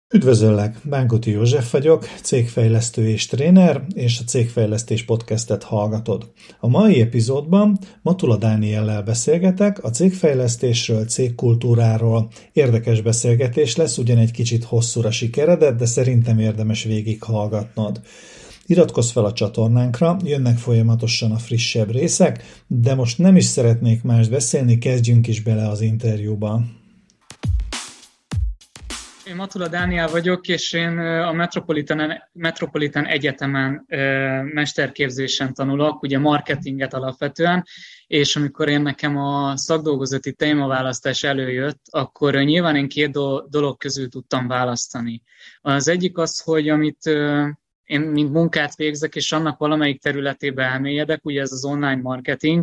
Üdvözöllek, Bánkoty József vagyok, cégfejlesztő és tréner, és a Cégfejlesztés podcastet hallgatod. A mai epizódban Matula Dániellel beszélgetek a cégfejlesztésről, cégkultúráról. Érdekes beszélgetés lesz, ugyan egy kicsit hosszúra sikeredett, de szerintem érdemes végighallgatnod. Iratkozz fel a csatornánkra, jönnek folyamatosan a frissebb részek, de most nem is szeretnék más beszélni, kezdjünk is bele az interjúba. Én Matula Dániel vagyok, és én a Metropolitan Egyetemen mesterképzésen tanulok, ugye marketinget alapvetően, és amikor nekem a szakdolgozati témaválasztás előjött, akkor nyilván én két dolog közül tudtam választani. Az egyik az, hogy amit én mint munkát végzek, és annak valamelyik területébe elmélyedek, ugye ez az online marketing,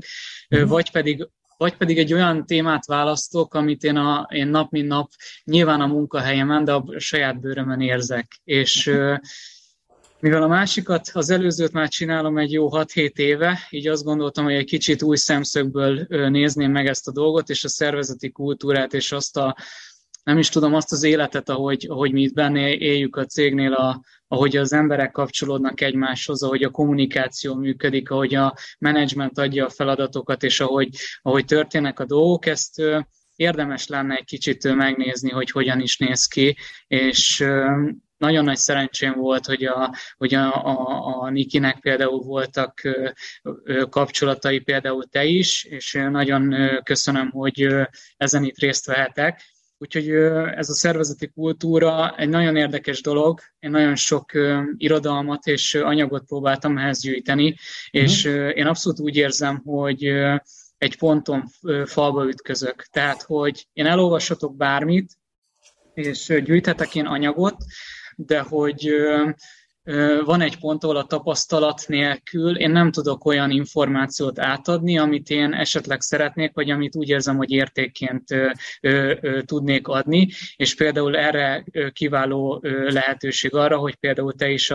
vagy pedig egy olyan témát választok, amit én nap mint nap nyilván a munkahelyemen, de a saját bőrömön érzek. És mivel a másikat, az előzőt már csinálom egy jó 6-7 éve, így azt gondoltam, hogy egy kicsit új szemszögből nézném meg ezt a dolgot, és a szervezeti kultúrát, és azt azt az életet, ahogy mi itt benne éljük a cégnél, ahogy az emberek kapcsolódnak egymáshoz, ahogy a kommunikáció működik, ahogy a menedzsment adja a feladatokat, és ahogy történnek a dolgok, ezt érdemes lenne egy kicsit megnézni, hogy hogyan is néz ki, és nagyon nagy szerencsém volt, hogy a Nikinek például voltak kapcsolatai, például te is, és nagyon köszönöm, hogy ezen itt részt vehetek. Úgyhogy ez a szervezeti kultúra egy nagyon érdekes dolog, én nagyon sok irodalmat és anyagot próbáltam ehhez gyűjteni, és én abszolút úgy érzem, hogy egy ponton falba ütközök. Tehát, hogy én elolvashatok bármit, és gyűjthetek én anyagot, de hogy van egy pont, ahol a tapasztalat nélkül én nem tudok olyan információt átadni, amit én esetleg szeretnék, vagy amit úgy érzem, hogy értékként tudnék adni, és például erre kiváló lehetőség arra, hogy például te is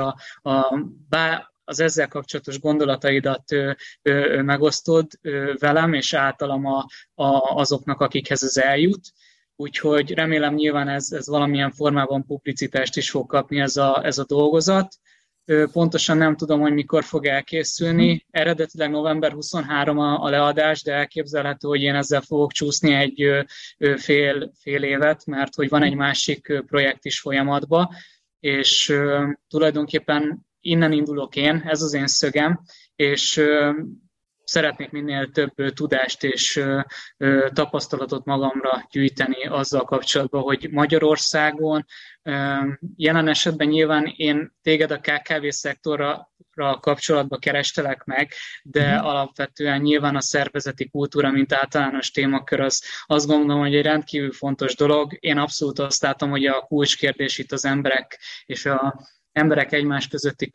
az ezzel kapcsolatos gondolataidat megosztod velem, és általam azoknak, akikhez ez eljut. Úgyhogy remélem nyilván ez valamilyen formában publicitást is fog kapni ez a dolgozat. Pontosan nem tudom, hogy mikor fog elkészülni. Eredetileg november 23 a leadás, de elképzelhető, hogy én ezzel fogok csúszni egy fél évet, mert hogy van egy másik projekt is folyamatban, és tulajdonképpen innen indulok én, ez az én szögem, és szeretnék minél több tudást és tapasztalatot magamra gyűjteni azzal kapcsolatban, hogy Magyarországon jelen esetben nyilván én téged a KKV-szektorra kapcsolatban kerestelek meg, de alapvetően nyilván a szervezeti kultúra, mint általános témakör, azt gondolom, hogy egy rendkívül fontos dolog. Én abszolút azt látom, hogy a kulcskérdés itt az emberek és az emberek egymás közötti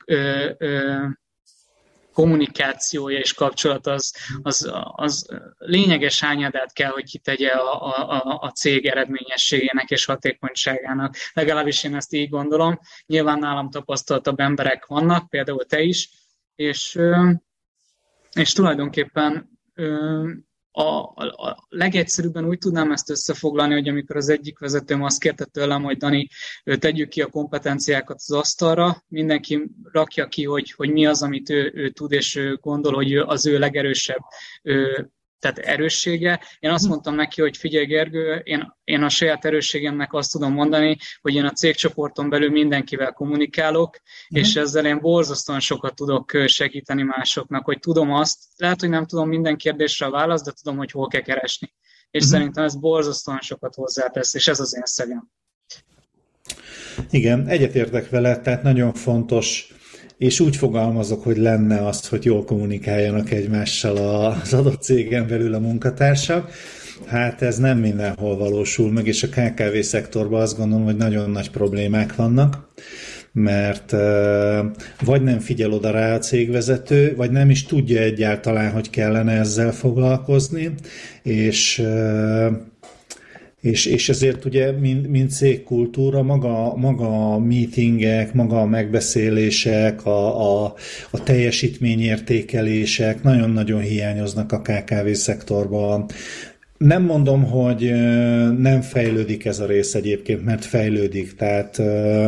kommunikációja és kapcsolat az lényeges hányadát kell, hogy kitegye a cég eredményességének és hatékonyságának. Legalábbis én ezt így gondolom. Nyilván nálam tapasztaltabb emberek vannak, például te is, és tulajdonképpen a legegyszerűbben úgy tudnám ezt összefoglalni, hogy amikor az egyik vezetőm azt kérte tőlem, hogy Dani, tegyük ki a kompetenciákat az asztalra, mindenki rakja ki, hogy mi az, amit ő tud, és ő gondol, hogy az ő legerősebb tehát erőssége. Én azt mondtam neki, hogy figyelj Gergő, én a saját erősségemnek azt tudom mondani, hogy én a cégcsoporton belül mindenkivel kommunikálok, és ezzel én borzasztóan sokat tudok segíteni másoknak, hogy tudom azt, lehet, hogy nem tudom minden kérdésre a választ, de tudom, hogy hol kell keresni. És szerintem ez borzasztóan sokat hozzátesz, és ez az én szegem. Igen, egyetértek vele, tehát nagyon fontos, és úgy fogalmazok, hogy lenne az, hogy jól kommunikáljanak egymással az adott cégen belül a munkatársak. Hát ez nem mindenhol valósul meg, és a KKV-szektorban azt gondolom, hogy nagyon nagy problémák vannak, mert vagy nem figyel oda rá a cégvezető, vagy nem is tudja egyáltalán, hogy kellene ezzel foglalkozni, és ezért ugye, mint cégkultúra, maga a meetingek, maga a megbeszélések, a teljesítményértékelések nagyon-nagyon hiányoznak a KKV-szektorban. Nem mondom, hogy nem fejlődik ez a rész egyébként, mert fejlődik, tehát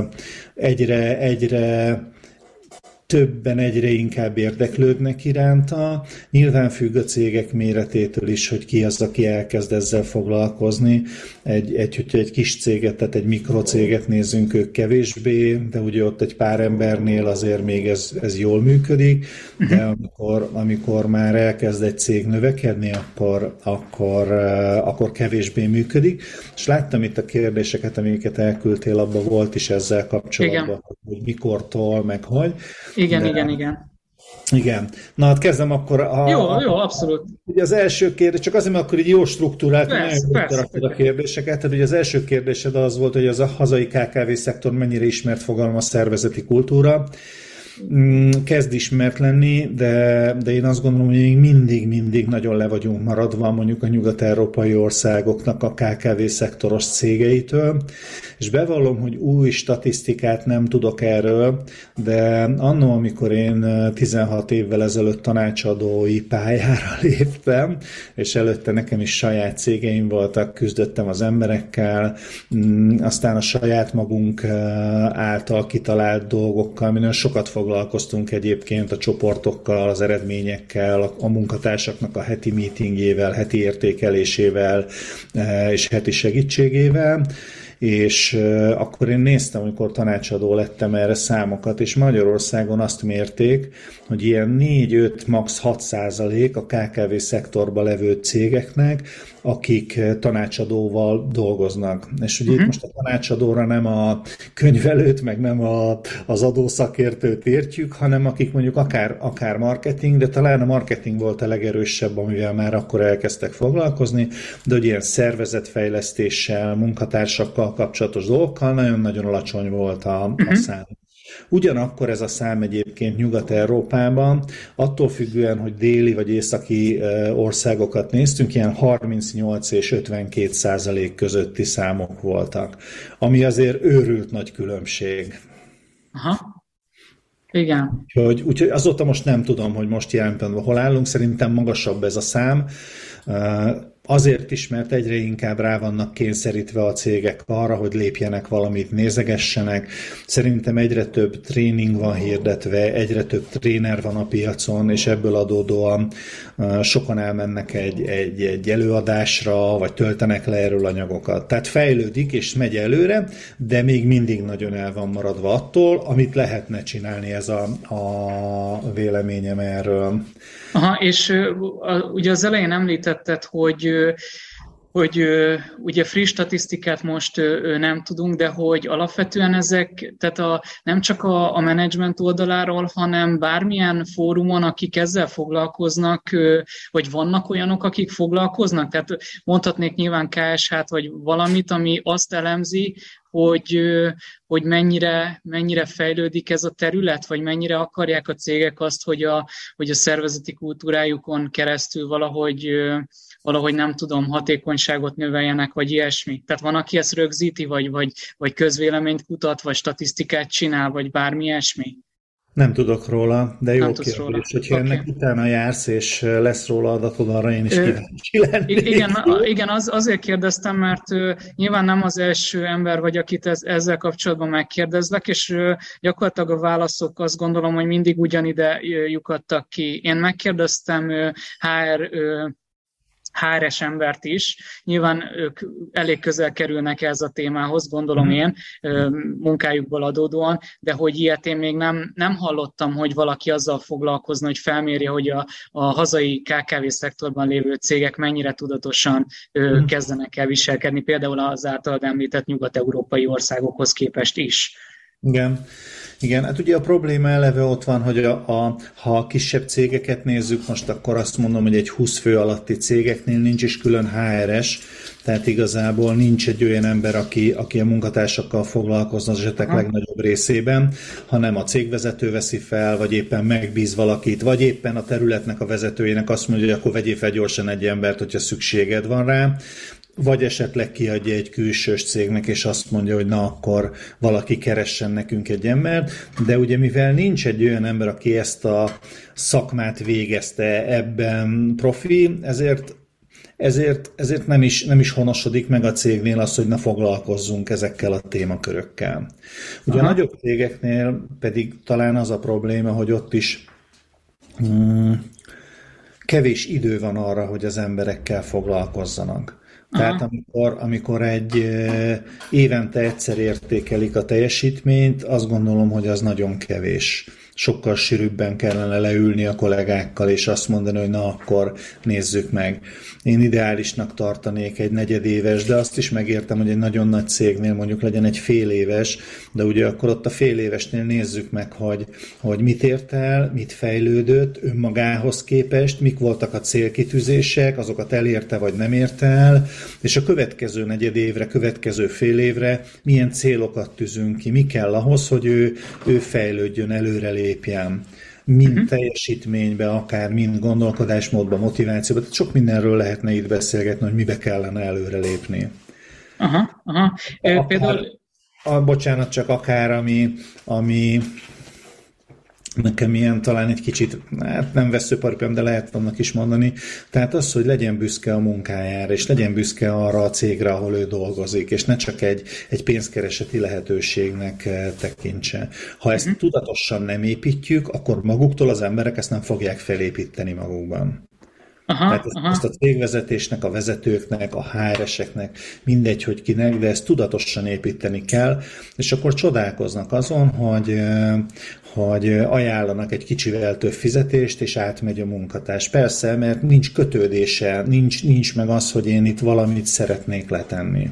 egyre többen egyre inkább érdeklődnek iránta. Nyilván függ a cégek méretétől is, hogy ki az, aki elkezd ezzel foglalkozni. Hogyha egy kis céget, tehát egy mikrocéget nézzünk, ők kevésbé, de ugye ott egy pár embernél azért még ez jól működik, de amikor már elkezd egy cég növekedni, akkor kevésbé működik. És láttam itt a kérdéseket, amiket elküldtél, abban volt is ezzel kapcsolatban, Igen. hogy mikortól, meg hogy. Igen. Igen. Na hát kezdem akkor Jó, abszolút. ugye az első kérdés, csak azért, mert akkor így jó struktúrált, Persze. a kérdéseket. Tehát ugye az első kérdésed az volt, hogy az a hazai KKV szektor mennyire ismert fogalom a szervezeti kultúra. Kezd ismert lenni, de én azt gondolom, hogy még mindig nagyon le vagyunk maradva mondjuk a nyugat-európai országoknak a KKV szektoros cégeitől, és bevallom, hogy új statisztikát nem tudok erről, de annó, amikor én 16 évvel ezelőtt tanácsadói pályára léptem, és előtte nekem is saját cégeim voltak, küzdöttem az emberekkel, aztán a saját magunk által kitalált dolgokkal, minden sokat foglalkoztunk egyébként a csoportokkal, az eredményekkel, a munkatársaknak a heti meetingjével, heti értékelésével és heti segítségével, és akkor én néztem, amikor tanácsadó lettem erre számokat, és Magyarországon azt mérték, hogy ilyen 4-5, max. 6% a KKV szektorban levő cégeknek, akik tanácsadóval dolgoznak. És ugye itt most a tanácsadóra nem a könyvelőt, meg nem az adószakértőt értjük, hanem akik mondjuk akár marketing, de talán a marketing volt a legerősebb, amivel már akkor elkezdtek foglalkozni, de hogy ilyen szervezetfejlesztéssel, munkatársakkal kapcsolatos dolgokkal nagyon-nagyon alacsony volt a szám. Ugyanakkor ez a szám egyébként Nyugat-Európában, attól függően, hogy déli vagy északi országokat néztünk, ilyen 38 és 52% közötti számok voltak, ami azért őrült nagy különbség. Aha. Igen. Úgyhogy azóta most nem tudom, hogy most jelen pillanatban hol állunk, szerintem magasabb ez a szám. Azért is, mert egyre inkább rá vannak kényszerítve a cégek arra, hogy lépjenek valamit, nézegessenek. Szerintem egyre több tréning van hirdetve, egyre több tréner van a piacon, és ebből adódóan sokan elmennek egy előadásra, vagy töltenek le erről anyagokat. Tehát fejlődik és megy előre, de még mindig nagyon el van maradva attól, amit lehetne csinálni, ez a véleményem erről. Aha, és ugye az elején említetted, hogy ugye friss statisztikát most nem tudunk, de hogy alapvetően ezek, tehát nem csak a menedzsment oldaláról, hanem bármilyen fórumon, akik ezzel foglalkoznak, vagy vannak olyanok, akik foglalkoznak, tehát mondhatnék nyilván KSH-t, vagy valamit, ami azt elemzi, hogy mennyire fejlődik ez a terület, vagy mennyire akarják a cégek azt, hogy a szervezeti kultúrájukon keresztül valahogy nem tudom, hatékonyságot növeljenek, vagy ilyesmi. Tehát van, aki ezt rögzíti, vagy közvéleményt kutat, vagy statisztikát csinál, vagy bármi ilyesmi? Nem tudok róla, de jó nem kérdés. Róla. Hogyha ennek utána jársz, és lesz róla adatod, arra én is kíváncsi lennék. Igen, azért kérdeztem, mert nyilván nem az első ember vagy, akit ezzel kapcsolatban megkérdezlek, és gyakorlatilag a válaszok azt gondolom, hogy mindig ugyanide lyukadtak ki. Én megkérdeztem HR-es embert is. Nyilván ők elég közel kerülnek ez a témához, gondolom én, munkájukból adódóan, de hogy ilyet én még nem hallottam, hogy valaki azzal foglalkozna, hogy felmérje, hogy a hazai KKV szektorban lévő cégek mennyire tudatosan kezdenek el viselkedni, például az általad említett nyugat-európai országokhoz képest is. Igen, hát ugye a probléma eleve ott van, hogy ha a kisebb cégeket nézzük, most akkor azt mondom, hogy egy 20 fő alatti cégeknél nincs is külön HR-es, tehát igazából nincs egy olyan ember, aki a munkatársakkal foglalkozna az esetek legnagyobb részében, hanem a cégvezető veszi fel, vagy éppen megbíz valakit, vagy éppen a területnek a vezetőjének azt mondja, hogy akkor vegyél fel gyorsan egy embert, hogyha szükséged van rá, vagy esetleg kiadja egy külsős cégnek, és azt mondja, hogy na akkor valaki keressen nekünk egy embert, de ugye mivel nincs egy olyan ember, aki ezt a szakmát végezte ebben profi, ezért ezért nem is honosodik meg a cégnél az, hogy ne foglalkozzunk ezekkel a témakörökkel. Ugye a nagyobb cégeknél pedig talán az a probléma, hogy ott is kevés idő van arra, hogy az emberekkel foglalkozzanak. Tehát amikor egy évente egyszer értékelik a teljesítményt, azt gondolom, hogy az nagyon kevés. Sokkal sűrűbben kellene leülni a kollégákkal, és azt mondani, hogy na akkor nézzük meg. Én ideálisnak tartanék egy negyedéves, de azt is megértem, hogy egy nagyon nagy cégnél mondjuk legyen egy fél éves, de ugye akkor ott a fél évesnél nézzük meg, hogy mit ért el, mit fejlődött önmagához képest, mik voltak a célkitűzések, azokat elérte vagy nem érte el, és a következő negyedévre, következő fél évre milyen célokat tűzünk ki, mi kell ahhoz, hogy ő fejlődjön, előrelépjen. Mind teljesítménybe, akár mind gondolkodásmódba, motivációba. Tehát sok mindenről lehetne itt beszélgetni, hogy mibe kellene előrelépni. Például... Bocsánat, csak akár ami nekem ilyen talán egy kicsit, nem veszőparipám, de lehet annak is mondani. Tehát az, hogy legyen büszke a munkájára, és legyen büszke arra a cégre, ahol ő dolgozik, és ne csak egy pénzkereseti lehetőségnek tekintse. Ha ezt tudatosan nem építjük, akkor maguktól az emberek ezt nem fogják felépíteni magukban. Tehát ezt a cégvezetésnek, a vezetőknek, a HR-eseknek, mindegy, hogy kinek, de ezt tudatosan építeni kell, és akkor csodálkoznak azon, hogy ajánlanak egy kicsivel több fizetést, és átmegy a munkatárs. Persze, mert nincs kötődése, nincs meg az, hogy én itt valamit szeretnék letenni.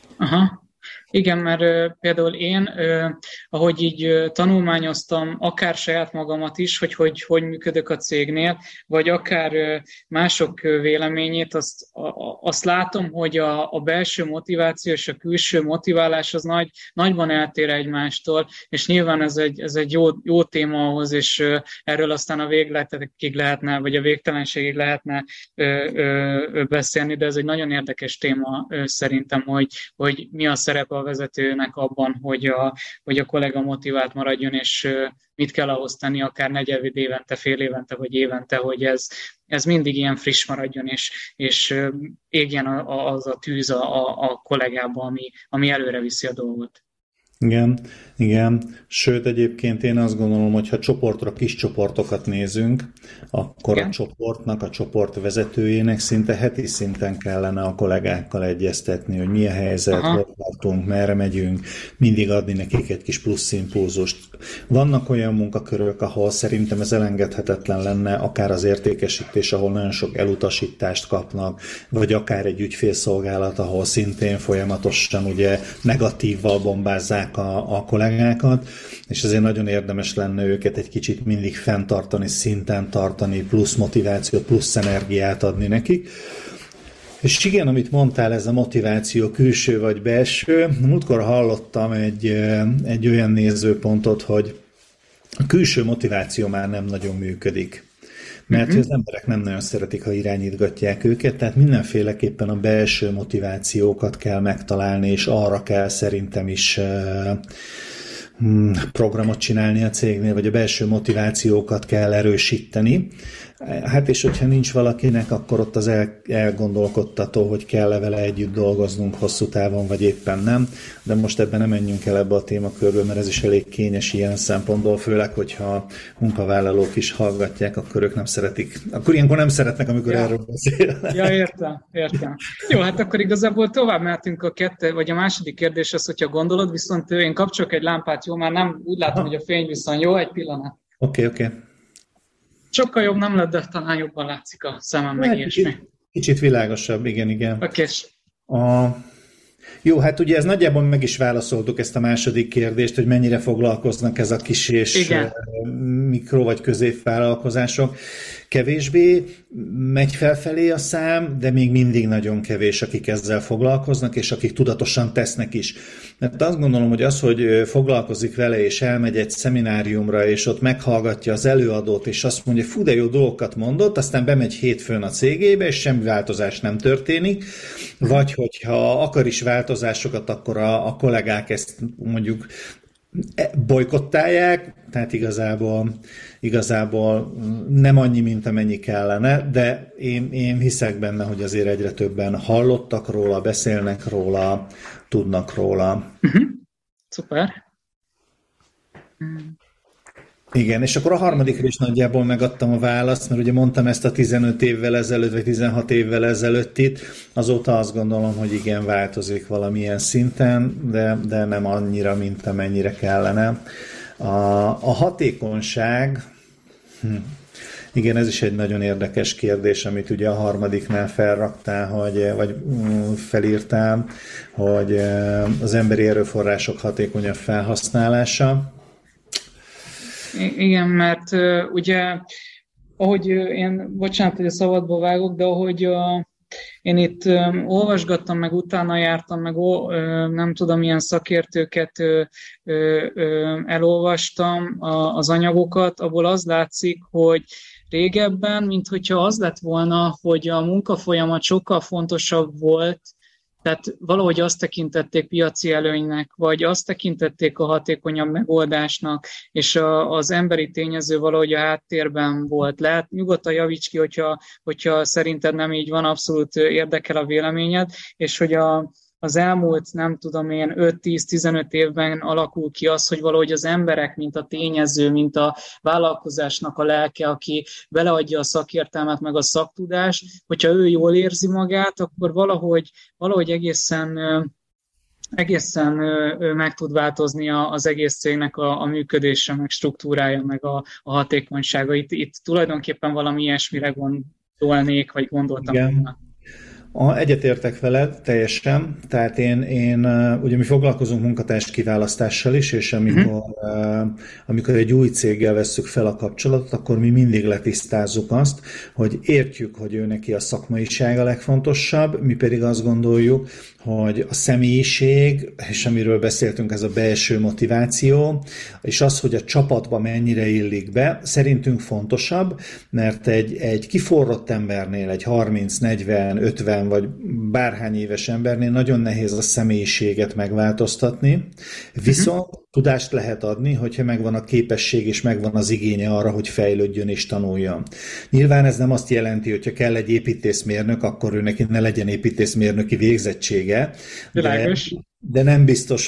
Igen, mert például én, ahogy így tanulmányoztam akár saját magamat is, hogy működök a cégnél, vagy akár mások véleményét, azt látom, hogy a belső motiváció és a külső motiválás az nagyban eltér egymástól, és nyilván ez egy jó téma ahhoz, és erről aztán a végletekig lehetne, vagy a végtelenségig lehetne beszélni, de ez egy nagyon érdekes téma szerintem, hogy mi a szerepe a vezetőnek abban, hogy a kollega motivált maradjon, és mit kell ahhoz tenni, akár negyed évente, fél évente, vagy évente, hogy ez mindig ilyen friss maradjon, és égjen az a tűz a kollégába, ami előre viszi a dolgot. Igen. Sőt, egyébként én azt gondolom, hogy ha csoportra kis csoportokat nézünk, akkor a csoportnak, a csoport vezetőjének szinte heti szinten kellene a kollégákkal egyeztetni, hogy mi a helyzet, hol tartunk, merre megyünk, mindig adni nekik egy kis plusz impulzust. Vannak olyan munkakörök, ahol szerintem ez elengedhetetlen lenne, akár az értékesítés, ahol nagyon sok elutasítást kapnak, vagy akár egy ügyfélszolgálat, ahol szintén folyamatosan ugye negatívval bombázzák a kollégákat, és ezért nagyon érdemes lenne őket egy kicsit mindig fenntartani, szinten tartani, plusz motivációt, plusz energiát adni nekik. És igen, amit mondtál, ez a motiváció külső vagy belső, múltkor hallottam egy olyan nézőpontot, hogy a külső motiváció már nem nagyon működik. Mert az emberek nem nagyon szeretik, ha irányítgatják őket, tehát mindenféleképpen a belső motivációkat kell megtalálni, és arra kell szerintem is programot csinálni a cégnél, vagy a belső motivációkat kell erősíteni. Hát és hogyha nincs valakinek, akkor ott az elgondolkodtató, hogy kell-e vele együtt dolgoznunk hosszú távon, vagy éppen nem. De most ebben nem menjünk el ebbe a témakörbe, mert ez is elég kényes ilyen szempontból, főleg, hogyha munkavállalók is hallgatják, akkor ők nem szeretik. Akkor ilyenkor nem szeretnek, amikor erről beszélnek. Ja, értem. Jó, hát akkor igazából tovább mehetünk a második kérdés az, hogyha gondolod, viszont én kapcsolok egy lámpát, jó, már nem úgy látom, hogy a fényviszony jó, egy pillanat. Oké. Sokkal jobb nem lett, de talán jobban látszik a szemem, meg ilyesmi. Kicsit világosabb, igen. Oké. Jó, hát ugye ez nagyjából meg is válaszoltuk ezt a második kérdést, hogy mennyire foglalkoznak ez a kis és mikro- vagy középvállalkozások. Kevésbé megy felfelé a szám, de még mindig nagyon kevés, akik ezzel foglalkoznak, és akik tudatosan tesznek is. Mert azt gondolom, hogy az, hogy foglalkozik vele, és elmegy egy szemináriumra, és ott meghallgatja az előadót, és azt mondja, fú, de jó dolgokat mondott, aztán bemegy hétfőn a cégébe, és semmi változás nem történik, vagy hogyha akar is változásokat, akkor a kollégák ezt mondjuk Bojkottálják, tehát igazából nem annyi, mint amennyi kellene, de én hiszek benne, hogy azért egyre többen hallottak róla, beszélnek róla, tudnak róla. Szuper. Igen, és akkor a harmadikra is nagyjából megadtam a választ, mert ugye mondtam ezt a 15 évvel ezelőtt, vagy 16 évvel ezelőtt itt, azóta azt gondolom, hogy igen, változik valamilyen szinten, de nem annyira, mint amennyire kellene. A hatékonyság, igen, ez is egy nagyon érdekes kérdés, amit ugye a harmadiknál felraktál, vagy felírtál, hogy az emberi erőforrások hatékonyabb felhasználása. Igen, mert ugye, ahogy én, bocsánat, hogy a szabadba vágok, de ahogy én itt olvasgattam, meg utána jártam, meg nem tudom, milyen szakértőket elolvastam az anyagokat, abból az látszik, hogy régebben, mint hogyha az lett volna, hogy a munkafolyamat sokkal fontosabb volt, tehát valahogy azt tekintették piaci előnynek, vagy azt tekintették a hatékonyabb megoldásnak, és az emberi tényező valahogy a háttérben volt. Lehet, nyugodtan javíts ki, hogyha szerinted nem így van, abszolút érdekel a véleményed, és hogy az elmúlt, nem tudom én, 5-10-15 évben alakul ki az, hogy valahogy az emberek, mint a tényező, mint a vállalkozásnak a lelke, aki beleadja a szakértelmet, meg a szaktudást, hogyha ő jól érzi magát, akkor valahogy egészen meg tud változni az egész cégnek a működése, meg struktúrája, meg a hatékonysága. Itt tulajdonképpen valami ilyesmire gondolnék, vagy gondoltam. Igen. Egyetértek veled teljesen, tehát én ugye mi foglalkozunk munkatárs kiválasztással is, és amikor egy új céggel vesszük fel a kapcsolatot, akkor mi mindig letisztázzuk azt, hogy értjük, hogy ő neki a szakmaiság a legfontosabb, mi pedig azt gondoljuk, hogy a személyiség, és amiről beszéltünk, ez a belső motiváció, és az, hogy a csapatba mennyire illik be, szerintünk fontosabb, mert egy kiforrott embernél, egy 30, 40, 50 vagy bárhány éves embernél nagyon nehéz a személyiséget megváltoztatni, viszont tudást lehet adni, hogyha megvan a képesség és megvan az igénye arra, hogy fejlődjön és tanuljon. Nyilván ez nem azt jelenti, hogyha kell egy építészmérnök, akkor ő neki ne legyen építészmérnöki végzettsége. De nem biztos,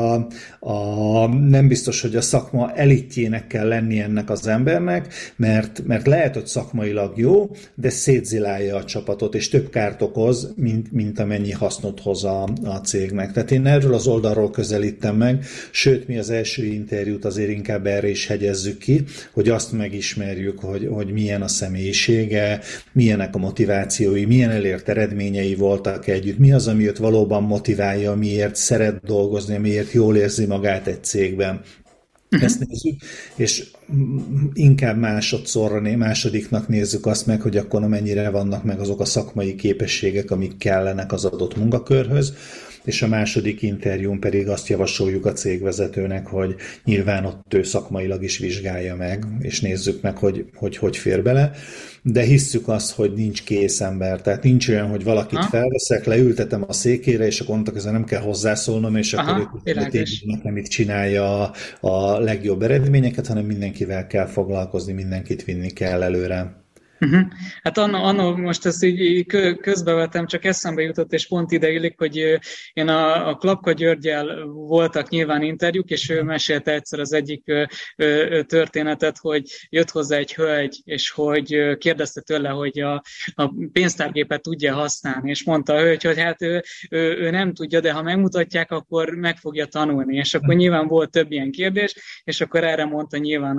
hogy a szakma elitjének kell lenni ennek az embernek, mert lehet, hogy szakmailag jó, de szétzilálja a csapatot, és több kárt okoz, mint amennyi hasznot hoz a cégnek. Tehát én erről az oldalról közelítem meg, sőt, mi az első interjút azért inkább erre is hegyezzük ki, hogy azt megismerjük, hogy milyen a személyisége, milyenek a motivációi, milyen elért eredményei voltak együtt, mi az, ami őt valóban motiválja, miért szeret dolgozni, miért jól érzi magát egy cégben. Ezt nézzük, és inkább másodiknak nézzük azt meg, hogy akkor mennyire vannak meg azok a szakmai képességek, amik kellenek az adott munkakörhöz, és a második interjún pedig azt javasoljuk a cégvezetőnek, hogy nyilván ott ő szakmailag is vizsgálja meg, és nézzük meg, hogy fér bele, de hisszük azt, hogy nincs kész ember, tehát nincs olyan, hogy valakit felveszek, leültetem a székére, és akkor mondtak, ezzel nem kell hozzászólnom, és akkor nekem itt csinálja a legjobb eredményeket, hanem mindenkivel kell foglalkozni, mindenkit vinni kell előre. Hát anno most ezt így közbevetem, csak eszembe jutott, és pont ide illik, hogy én a Klapka Györgyel voltak nyilván interjúk, és ő mesélte egyszer az egyik történetet, hogy jött hozzá egy hölgy, és hogy kérdezte tőle, hogy a pénztárgépet tudja használni, és mondta a hölgy, hogy hát ő nem tudja, de ha megmutatják, akkor meg fogja tanulni, és akkor nyilván volt több ilyen kérdés, és akkor erre mondta nyilván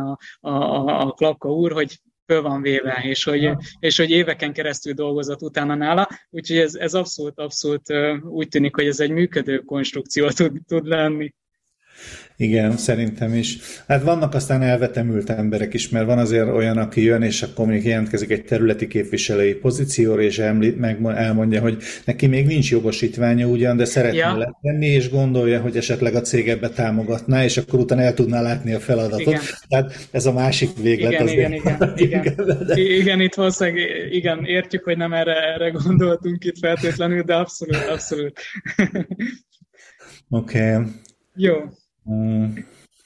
a Klapka úr, hogy föl van véve, és hogy éveken keresztül dolgozott utána nála, úgyhogy ez abszolút úgy tűnik, hogy ez egy működő konstrukció tud lenni. Igen, szerintem is. Hát vannak aztán elvetemült emberek is, mert van azért olyan, aki jön, és akkor még jelentkezik egy területi képviselői pozícióra, és elmondja, hogy neki még nincs jogosítványa ugyan, de szeretne lenni, és gondolja, hogy esetleg a cég ebbe támogatná, és akkor utána el tudná látni a feladatot. Igen. Tehát ez a másik véglet. Igen, itt valószínűleg értjük, hogy nem erre gondoltunk itt feltétlenül, de abszolút. Oké. Jó.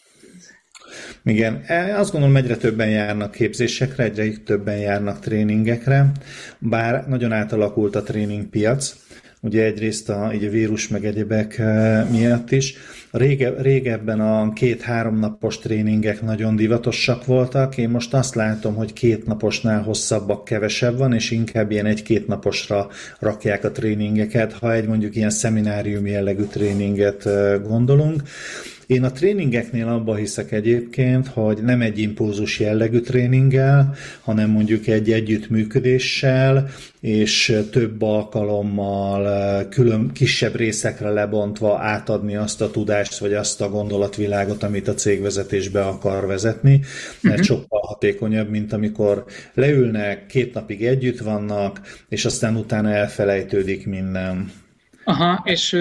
Igen, azt gondolom, egyre többen járnak képzésekre, egyre többen járnak tréningekre, bár nagyon átalakult a tréningpiac, ugye egyrészt így a vírus meg egyebek miatt is. Régebben a 2-3 napos tréningek nagyon divatosak voltak, én most azt látom, hogy 2 naposnál hosszabbak kevesebb van, és inkább ilyen 1-2 naposra rakják a tréningeket, ha egy mondjuk ilyen szeminárium jellegű tréninget gondolunk. Én a tréningeknél abban hiszek egyébként, hogy nem egy impulzus jellegű tréninggel, hanem mondjuk egy együttműködéssel, és több alkalommal kisebb részekre lebontva átadni azt a tudást, vagy azt a gondolatvilágot, amit a cégvezetésbe akar vezetni, mert sokkal hatékonyabb, mint amikor leülnek, 2 napig együtt vannak, és aztán utána elfelejtődik minden. Aha,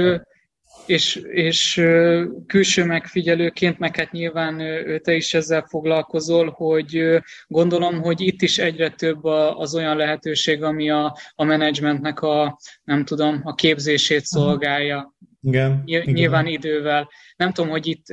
és külső megfigyelőként, meg hát nyilván te is ezzel foglalkozol, hogy gondolom, hogy itt is egyre több az olyan lehetőség, ami a menedzsmentnek a képzését szolgálja. Igen. Nyilván idővel. Nem tudom, hogy itt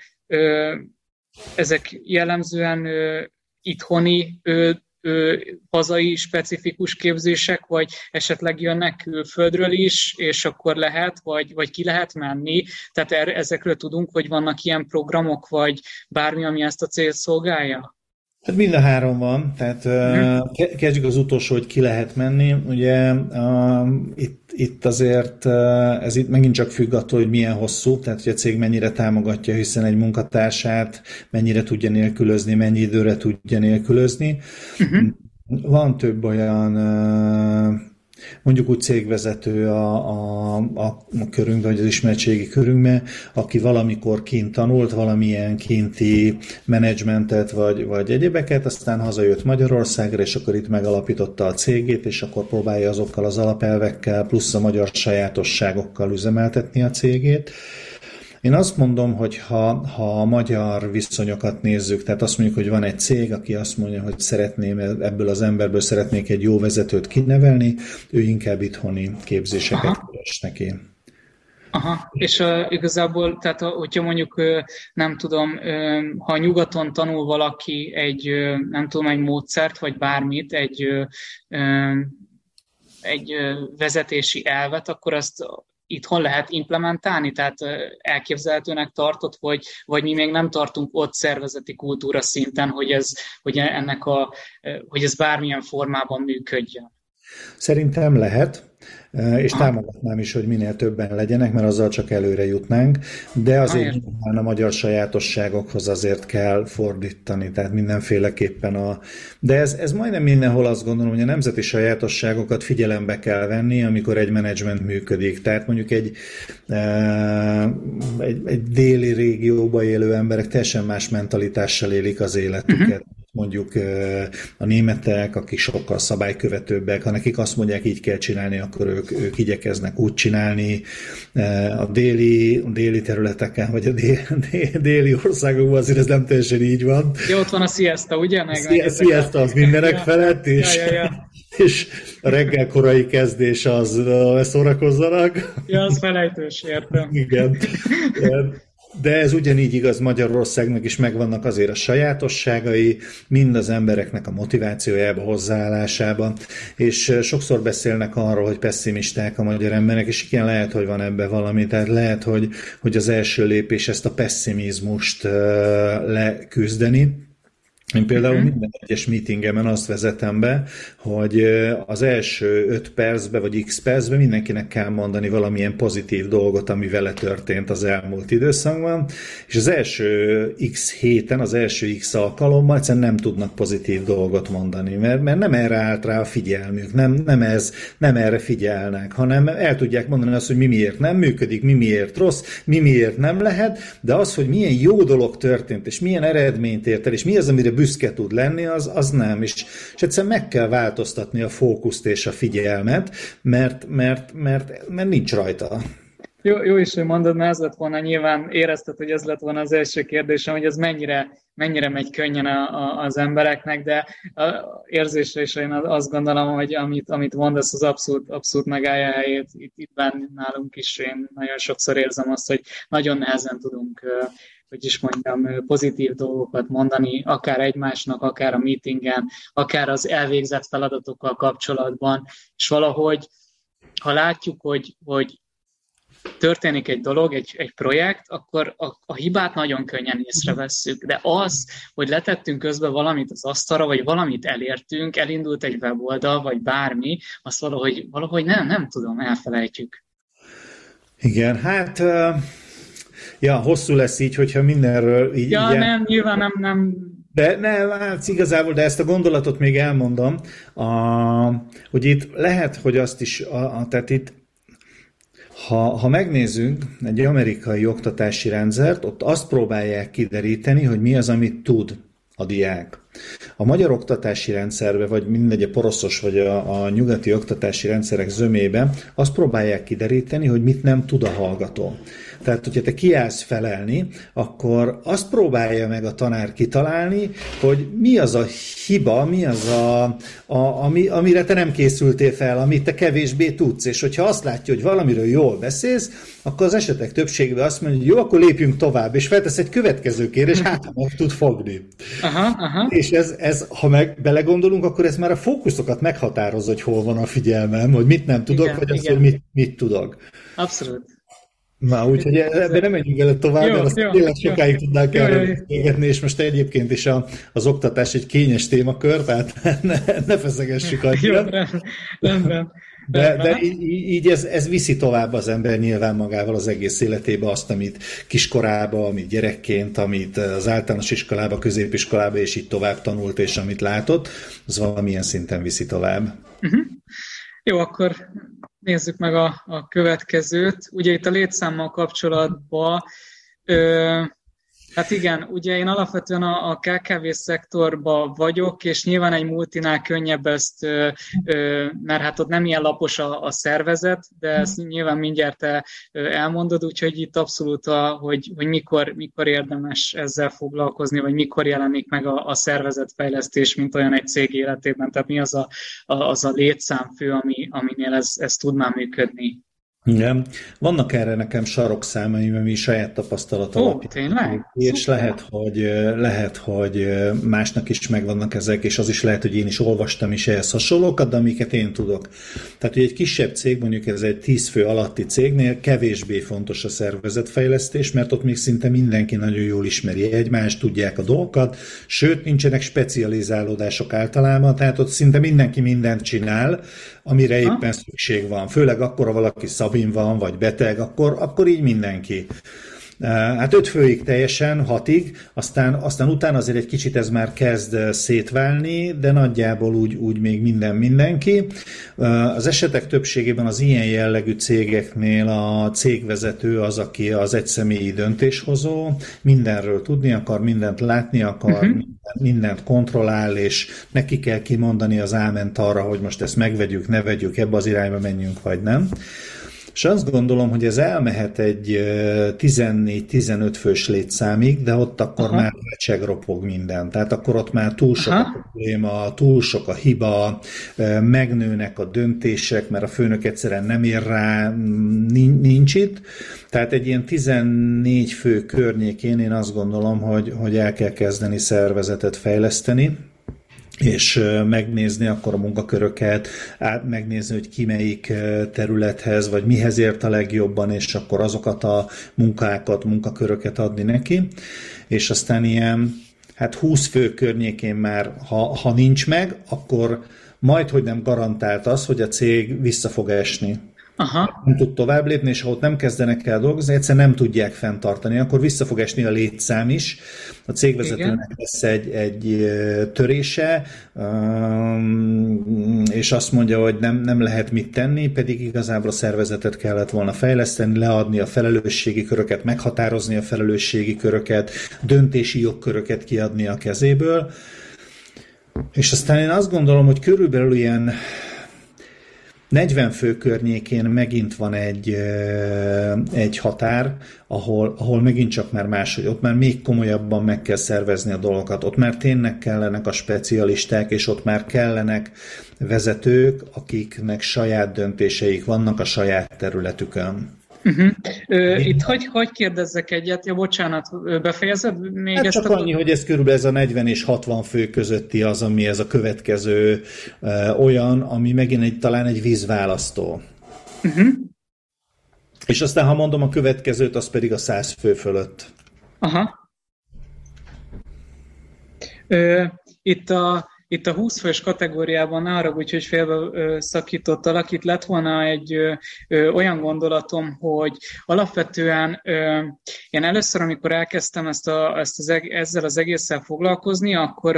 ezek jellemzően itthoni hazai specifikus képzések, vagy esetleg jönnek külföldről is, és akkor lehet, vagy ki lehet menni. Tehát ezekről tudunk, hogy vannak ilyen programok, vagy bármi, ami ezt a célt szolgálja? Hát mind a 3 van, tehát kezdjük az utolsó, hogy ki lehet menni. Ugye itt azért ez itt megint csak függ attól, hogy milyen hosszú, tehát hogy a cég mennyire támogatja, hiszen egy munkatársát mennyire tudja nélkülözni, mennyi időre tudja nélkülözni. Van több olyan mondjuk úgy cégvezető a körünkben, vagy az ismertségi körünkben, aki valamikor kint tanult, valamilyen kinti menedzsmentet, vagy egyébeket, aztán hazajött Magyarországra, és akkor itt megalapította a cégét, és akkor próbálja azokkal az alapelvekkel, plusz a magyar sajátosságokkal üzemeltetni a cégét. Én azt mondom, hogy ha a magyar viszonyokat nézzük, tehát azt mondjuk, hogy van egy cég, aki azt mondja, hogy ebből az emberből szeretnék egy jó vezetőt kinevelni, ő inkább itthoni képzéseket keres neki. Aha, és igazából, tehát hogyha mondjuk, nem tudom, ha nyugaton tanul valaki egy módszert, vagy bármit, egy vezetési elvet, akkor azt itthon lehet implementálni? Tehát elképzelhetőnek tartott, vagy mi még nem tartunk ott szervezeti kultúra szinten, hogy ez bármilyen formában működjön? Szerintem lehet, és támogatnám is, hogy minél többen legyenek, mert azzal csak előre jutnánk, de azért nyilván a magyar sajátosságokhoz azért kell fordítani, tehát mindenféleképpen de ez majdnem mindenhol azt gondolom, hogy a nemzeti sajátosságokat figyelembe kell venni, amikor egy menedzsment működik. Tehát mondjuk egy déli régióba élő emberek teljesen más mentalitással élik az életüket. Mondjuk a németek, akik sokkal szabálykövetőbbek, ha nekik azt mondják, így kell csinálni, akkor ők igyekeznek úgy csinálni. A déli területeken, vagy a déli országokban azért ez nem teljesen így van. Ja, ott van a siesta, ugye? Siesta az mindenek felett, és a reggel korai kezdés az szórakozzanak. Ja, az felejtős, értem. Igen. De ez ugyanígy igaz, Magyarországnak is megvannak azért a sajátosságai, mind az embereknek a motivációjában, hozzáállásában, és sokszor beszélnek arról, hogy pessimisták a magyar emberek, és igen, lehet, hogy van ebben valami, tehát lehet, hogy az első lépés ezt a pessimizmust leküzdeni. Én például minden egyes meetingemen azt vezetem be, hogy az első 5 percben vagy x percben mindenkinek kell mondani valamilyen pozitív dolgot, ami vele történt az elmúlt időszakban, és az első x héten, az első x alkalommal egyszerűen nem tudnak pozitív dolgot mondani, mert nem erre állt rá a figyelmük, nem erre figyelnek, hanem el tudják mondani azt, hogy mi miért nem működik, mi miért rossz, mi miért nem lehet, de az, hogy milyen jó dolog történt, és milyen eredményt ért el, és mi az, amire büszke tud lenni, az nem. És egyszerűen meg kell változtatni a fókuszt és a figyelmet, mert nincs rajta. Jó is, hogy mondod, mert ez lett volna, nyilván érezted, hogy ez lett volna az első kérdésem, hogy ez mennyire megy könnyen az embereknek, de érzésre is én azt gondolom, hogy amit mondasz, az abszolút megállja a helyét. Itt nálunk is én nagyon sokszor érzem azt, hogy nagyon nehezen tudunk hogy is mondjam, pozitív dolgokat mondani, akár egymásnak, akár a meetingen, akár az elvégzett feladatokkal kapcsolatban, és valahogy, ha látjuk, hogy történik egy dolog, egy projekt, akkor a hibát nagyon könnyen észrevesszük, de az, hogy letettünk közben valamit az asztalra, vagy valamit elértünk, elindult egy weboldal, vagy bármi, azt valahogy nem tudom, elfelejtjük. Igen, hát hosszú lesz így, hogyha mindenről így... Ja, nem, nyilván nem. De nem, hát igazából, de ezt a gondolatot még elmondom, hogy itt lehet, hogy azt is, tehát itt ha megnézzünk egy amerikai oktatási rendszert, ott azt próbálják kideríteni, hogy mi az, amit tud a diák. A magyar oktatási rendszerben, vagy mindegy a poroszos, vagy a nyugati oktatási rendszerek zömében azt próbálják kideríteni, hogy mit nem tud a hallgató. Tehát, hogyha te kiállsz felelni, akkor azt próbálja meg a tanár kitalálni, hogy mi az a hiba, mi az amire te nem készültél fel, amit te kevésbé tudsz. És hogyha azt látja, hogy valamiről jól beszélsz, akkor az esetek többségében azt mondja, hogy jó, akkor lépjünk tovább, és feltesz egy következő kérdés, hát ha meg tud fogni. Aha. És ez, ha belegondolunk, akkor ez már a fókuszokat meghatározza, hogy hol van a figyelmem, hogy mit nem tudok, vagy azt, hogy mit tudok. Abszolút. Na, úgyhogy ebben nem menjünk el tovább, mert azt tényleg sokáig tudnánk erről beszélgetni, és most egyébként is az oktatás egy kényes témakör, tehát ne feszegessük annyira. Rendben. De így ez viszi tovább az ember nyilván magával az egész életébe azt, amit kiskorában, amit gyerekként, amit az általános iskolába, középiskolába, és így tovább tanult, és amit látott, az valamilyen szinten viszi tovább. Jó, akkor nézzük meg a következőt. Ugye itt a létszámmal kapcsolatban, hát igen, ugye én alapvetően a KKV szektorban vagyok, és nyilván egy multinál könnyebb ezt, mert hát ott nem ilyen lapos a szervezet, de ezt nyilván mindjárt te elmondod, úgyhogy itt abszolút, hogy mikor érdemes ezzel foglalkozni, vagy mikor jelenik meg a szervezetfejlesztés, mint olyan egy cég életében, tehát mi az a létszámfő, aminél ez tud már működni. Igen. Vannak erre nekem sarokszámaim, ami saját tapasztalat alapján. És lehet, hogy másnak is megvannak ezek, és az is lehet, hogy én is olvastam is ehhez hasonlókat, de amiket én tudok. Tehát, hogy egy kisebb cég, mondjuk ez egy 10 fő alatti cégnél kevésbé fontos a szervezetfejlesztés, mert ott még szinte mindenki nagyon jól ismeri egymást, tudják a dolgokat, sőt, nincsenek specializálódások általában, tehát ott szinte mindenki mindent csinál, amire éppen szükség van. Főleg akkor, ha valaki szabin van, vagy beteg, akkor így mindenki. Hát 5 főig teljesen, 6-ig, aztán utána azért egy kicsit ez már kezd szétválni, de nagyjából úgy még mindenki. Az esetek többségében az ilyen jellegű cégeknél a cégvezető az, aki az egyszemélyi döntéshozó, mindenről tudni akar, mindent látni akar, mindent kontrollál, és neki kell kimondani az áment arra, hogy most ezt megvegyük, ne vegyük, ebbe az irányba menjünk, vagy nem. És azt gondolom, hogy ez elmehet egy 14-15 fős létszámig, de ott akkor már recsegropog minden. Tehát akkor ott már túl sok a probléma, túl sok a hiba, megnőnek a döntések, mert a főnök egyszerűen nem ér rá, nincs itt. Tehát egy ilyen 14 fő környékén én azt gondolom, hogy el kell kezdeni szervezetet fejleszteni, és megnézni akkor a munkaköröket, megnézni, hogy ki melyik területhez, vagy mihez ért a legjobban, és akkor azokat a munkaköröket adni neki. És aztán ilyen, 20 fő környékén már, ha nincs meg, akkor majdhogy nem garantált az, hogy a cég vissza fog esni. Nem tud tovább lépni, és ha ott nem kezdenek el dolgozni, egyszerűen nem tudják fenntartani, akkor vissza fog esni a létszám is. A cégvezetőnek lesz egy törése, és azt mondja, hogy nem lehet mit tenni, pedig igazából a szervezetet kellett volna fejleszteni, leadni a felelősségi köröket, meghatározni a felelősségi köröket, döntési jogköröket kiadni a kezéből. És aztán én azt gondolom, hogy körülbelül ilyen 40 fő környékén megint van egy határ, ahol megint csak már máshogy, ott már még komolyabban meg kell szervezni a dolgokat, ott már tényleg kellenek a specialisták, és ott már kellenek vezetők, akiknek saját döntéseik vannak a saját területükön. Itt hogy kérdezzek egyet? Ja, bocsánat, befejezed még Hát ezt? csak annyi, hogy ez körülbelül ez a 40 és 60 fő közötti az, ami ez a következő olyan, ami megint talán egy vízválasztó. És aztán, ha mondom a következőt, az pedig a 100 fő fölött. Aha. Itt a 20 fős kategóriában, ne haragudj, hogy félbe szakítottalak, itt lett volna egy olyan gondolatom, hogy alapvetően én először, amikor elkezdtem ezzel az egésszel foglalkozni, akkor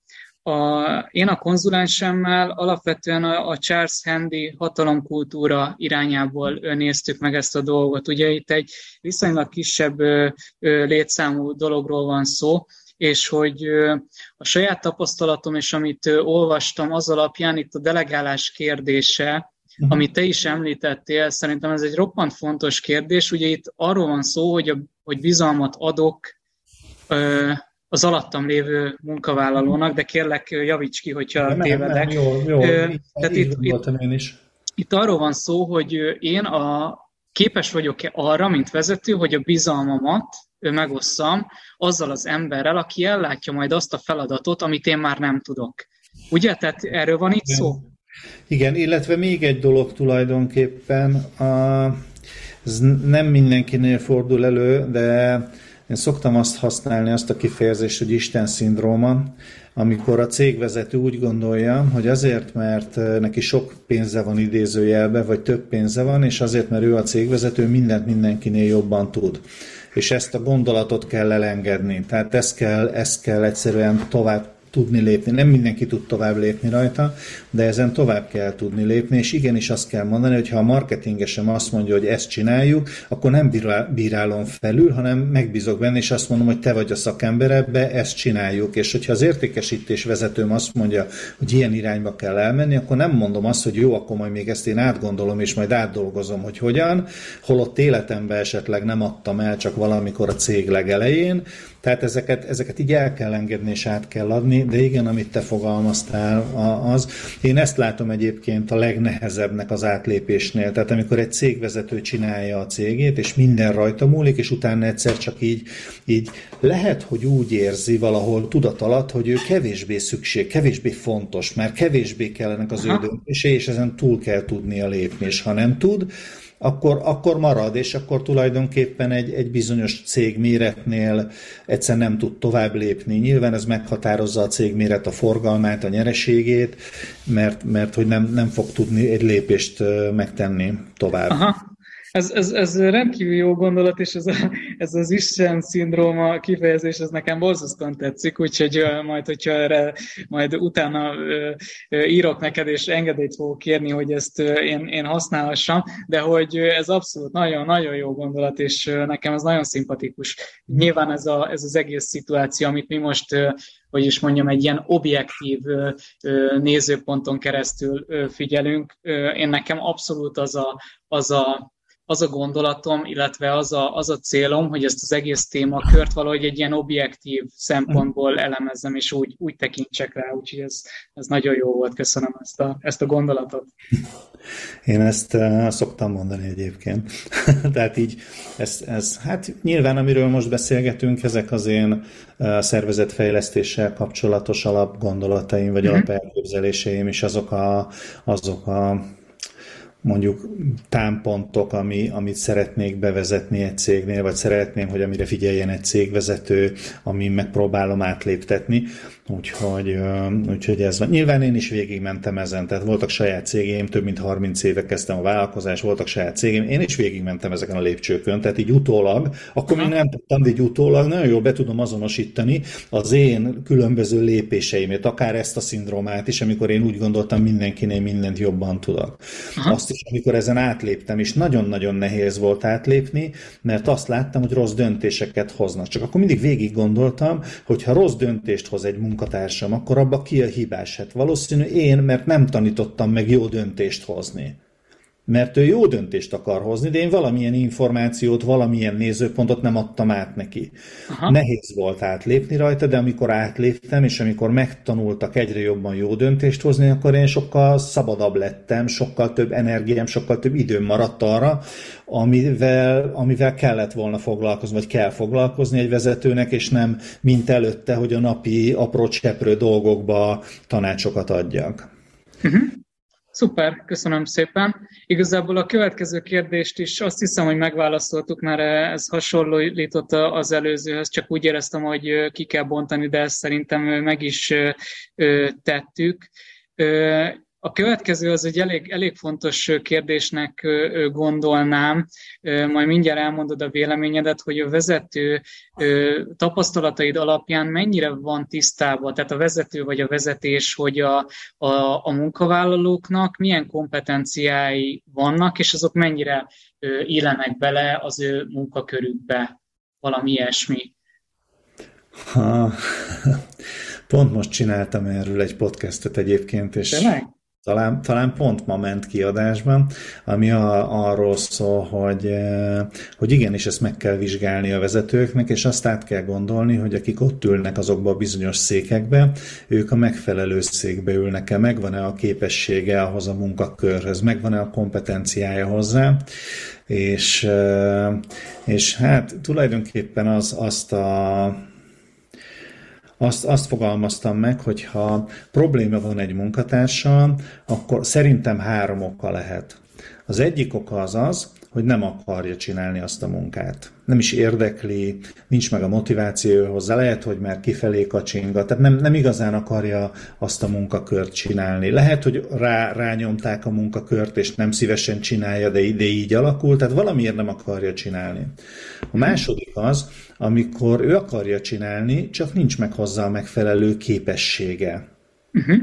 én a konzulensemmel alapvetően a Charles Handy hatalomkultúra irányából néztük meg ezt a dolgot. Ugye itt egy viszonylag kisebb létszámú dologról van szó, és hogy a saját tapasztalatom, és amit olvastam, az alapján itt a delegálás kérdése, amit te is említettél, szerintem ez egy roppant fontos kérdés. Ugye itt arról van szó, hogy bizalmat adok az alattam lévő munkavállalónak, de kérlek, javíts ki, hogyha tévedek. Jó, így gondoltam én is. Itt arról van szó, hogy én képes vagyok-e arra, mint vezető, hogy a bizalmamat megosszam azzal az emberrel, aki ellátja majd azt a feladatot, amit én már nem tudok. Ugye? Tehát erről van itt szó? Igen, illetve még egy dolog tulajdonképpen, ez nem mindenkinél fordul elő, de én szoktam azt használni, azt a kifejezést, hogy Isten-szindróma, amikor a cégvezető úgy gondolja, hogy azért, mert neki sok pénze van idézőjelbe, vagy több pénze van, és azért, mert ő a cégvezető, mindent mindenkinél jobban tud. És ezt a gondolatot kell elengedni. Tehát ezt kell egyszerűen tovább tudni lépni. Nem mindenki tud tovább lépni rajta, de ezen tovább kell tudni lépni, és igenis azt kell mondani, hogy ha a marketingesem azt mondja, hogy ezt csináljuk, akkor nem bírálom felül, hanem megbízok benne, és azt mondom, hogy te vagy a szakember ebbe, ezt csináljuk. És hogyha az értékesítés vezetőm azt mondja, hogy ilyen irányba kell elmenni, akkor nem mondom azt, hogy jó, akkor majd még ezt én átgondolom, és majd átdolgozom, hogy hogyan, holott életemben esetleg nem adtam el csak valamikor a cég legelején. Tehát ezeket így el kell engedni és át kell adni, de igen, amit te fogalmaztál, az. Én ezt látom egyébként a legnehezebbnek az átlépésnél. Tehát amikor egy cégvezető csinálja a cégét, és minden rajta múlik, és utána egyszer csak így lehet, hogy úgy érzi valahol tudat alatt, hogy ő kevésbé fontos, már kevésbé kellenek az ő döntései, és ezen túl kell tudnia lépni, és ha nem tud, akkor marad, és akkor tulajdonképpen egy bizonyos cégméretnél egyszer nem tud tovább lépni. Nyilván ez meghatározza a cégméret a forgalmát, a nyereségét, mert hogy nem fog tudni egy lépést megtenni tovább. Aha. Ez rendkívül jó gondolat, és ez az Isten-szindróma kifejezés, ez nekem borzasztóan tetszik, úgyhogy hogyha erre majd utána írok neked, és engedélyt fogok kérni, hogy ezt én használhassam, de hogy ez abszolút nagyon-nagyon jó gondolat, és nekem ez nagyon szimpatikus. Nyilván ez az egész szituáció, amit mi most, hogy is mondjam, egy ilyen objektív nézőponton keresztül figyelünk, én nekem abszolút az a gondolatom, illetve az a célom, hogy ezt az egész témakört valahogy egy ilyen objektív szempontból elemezzem, és úgy tekintsek rá, úgyhogy ez nagyon jó volt, köszönöm ezt a gondolatot. Én ezt szoktam mondani egyébként. Tehát így, hát nyilván, amiről most beszélgetünk, ezek az én szervezetfejlesztéssel kapcsolatos alapgondolataim, vagy alapelképzeléseim, és azok a mondjuk támpontok, amit szeretnék bevezetni egy cégnél, vagy szeretném, hogy amire figyeljen egy cégvezető, amin megpróbálom átléptetni. Úgyhogy ez van. Nyilván én is végigmentem ezen, tehát voltak saját cégeim, több mint 30 éve kezdtem a vállalkozást, voltak saját cégeim, én is végigmentem ezeken a lépcsőkön, tehát így utólag, akkor még nem tudtam, de így utólag nagyon jól be tudom azonosítani az én különböző lépéseimet, akár ezt a szindrómát is, amikor én úgy gondoltam, mindenkinél mindent jobban tudok. Azt is, amikor ezen átléptem, és nagyon-nagyon nehéz volt átlépni, mert azt láttam, hogy rossz döntéseket hoznak. Csak akkor mindig végig gondoltam, hogy ha rossz döntést hoz egy munkatársam, akkor abba ki a hibás? Hát valószínű én, mert nem tanítottam meg jó döntést hozni. mert ő jó döntést akar hozni, de én valamilyen információt, valamilyen nézőpontot nem adtam át neki. Aha. Nehéz volt átlépni rajta, de amikor átléptem, és amikor megtanultak egyre jobban jó döntést hozni, akkor én sokkal szabadabb lettem, sokkal több energiám, sokkal több időm maradt arra, amivel kellett volna foglalkozni, vagy kell foglalkozni egy vezetőnek, és nem mint előtte, hogy a napi apró cseprő dolgokba tanácsokat adjak. Uh-huh. Szuper, köszönöm szépen. Igazából a következő kérdést is azt hiszem, hogy megválaszoltuk, mert ez hasonlított az előzőhöz, csak úgy éreztem, hogy ki kell bontani, de ezt szerintem meg is tettük. A következő az egy elég fontos kérdésnek gondolnám, majd mindjárt elmondod a véleményedet, hogy a vezető tapasztalataid alapján mennyire van tisztában, tehát a vezető vagy a vezetés, hogy a munkavállalóknak milyen kompetenciái vannak, és azok mennyire illenek bele az ő munkakörükbe, valami ilyesmi. Pont most csináltam erről egy podcastet egyébként, és talán pont ma ment kiadásban, ami arról szól, hogy igenis ezt meg kell vizsgálni a vezetőknek, és azt át kell gondolni, hogy akik ott ülnek azokba a bizonyos székekbe, ők a megfelelő székbe ülnek-e, megvan-e a képessége ahhoz a munkakörhöz, megvan-e a kompetenciája hozzá, és hát tulajdonképpen azt fogalmaztam meg, hogy ha probléma van egy munkatársal, akkor szerintem 3 oka lehet. Az egyik oka az, hogy nem akarja csinálni azt a munkát. Nem is érdekli, nincs meg a motiváció hozzá, lehet, hogy már kifelé kacsingat, tehát nem igazán akarja azt a munkakört csinálni. Lehet, hogy rányomták a munkakört, és nem szívesen csinálja, de így alakul, tehát valamiért nem akarja csinálni. A második az, amikor ő akarja csinálni, csak nincs meg hozzá a megfelelő képessége. Uh-huh.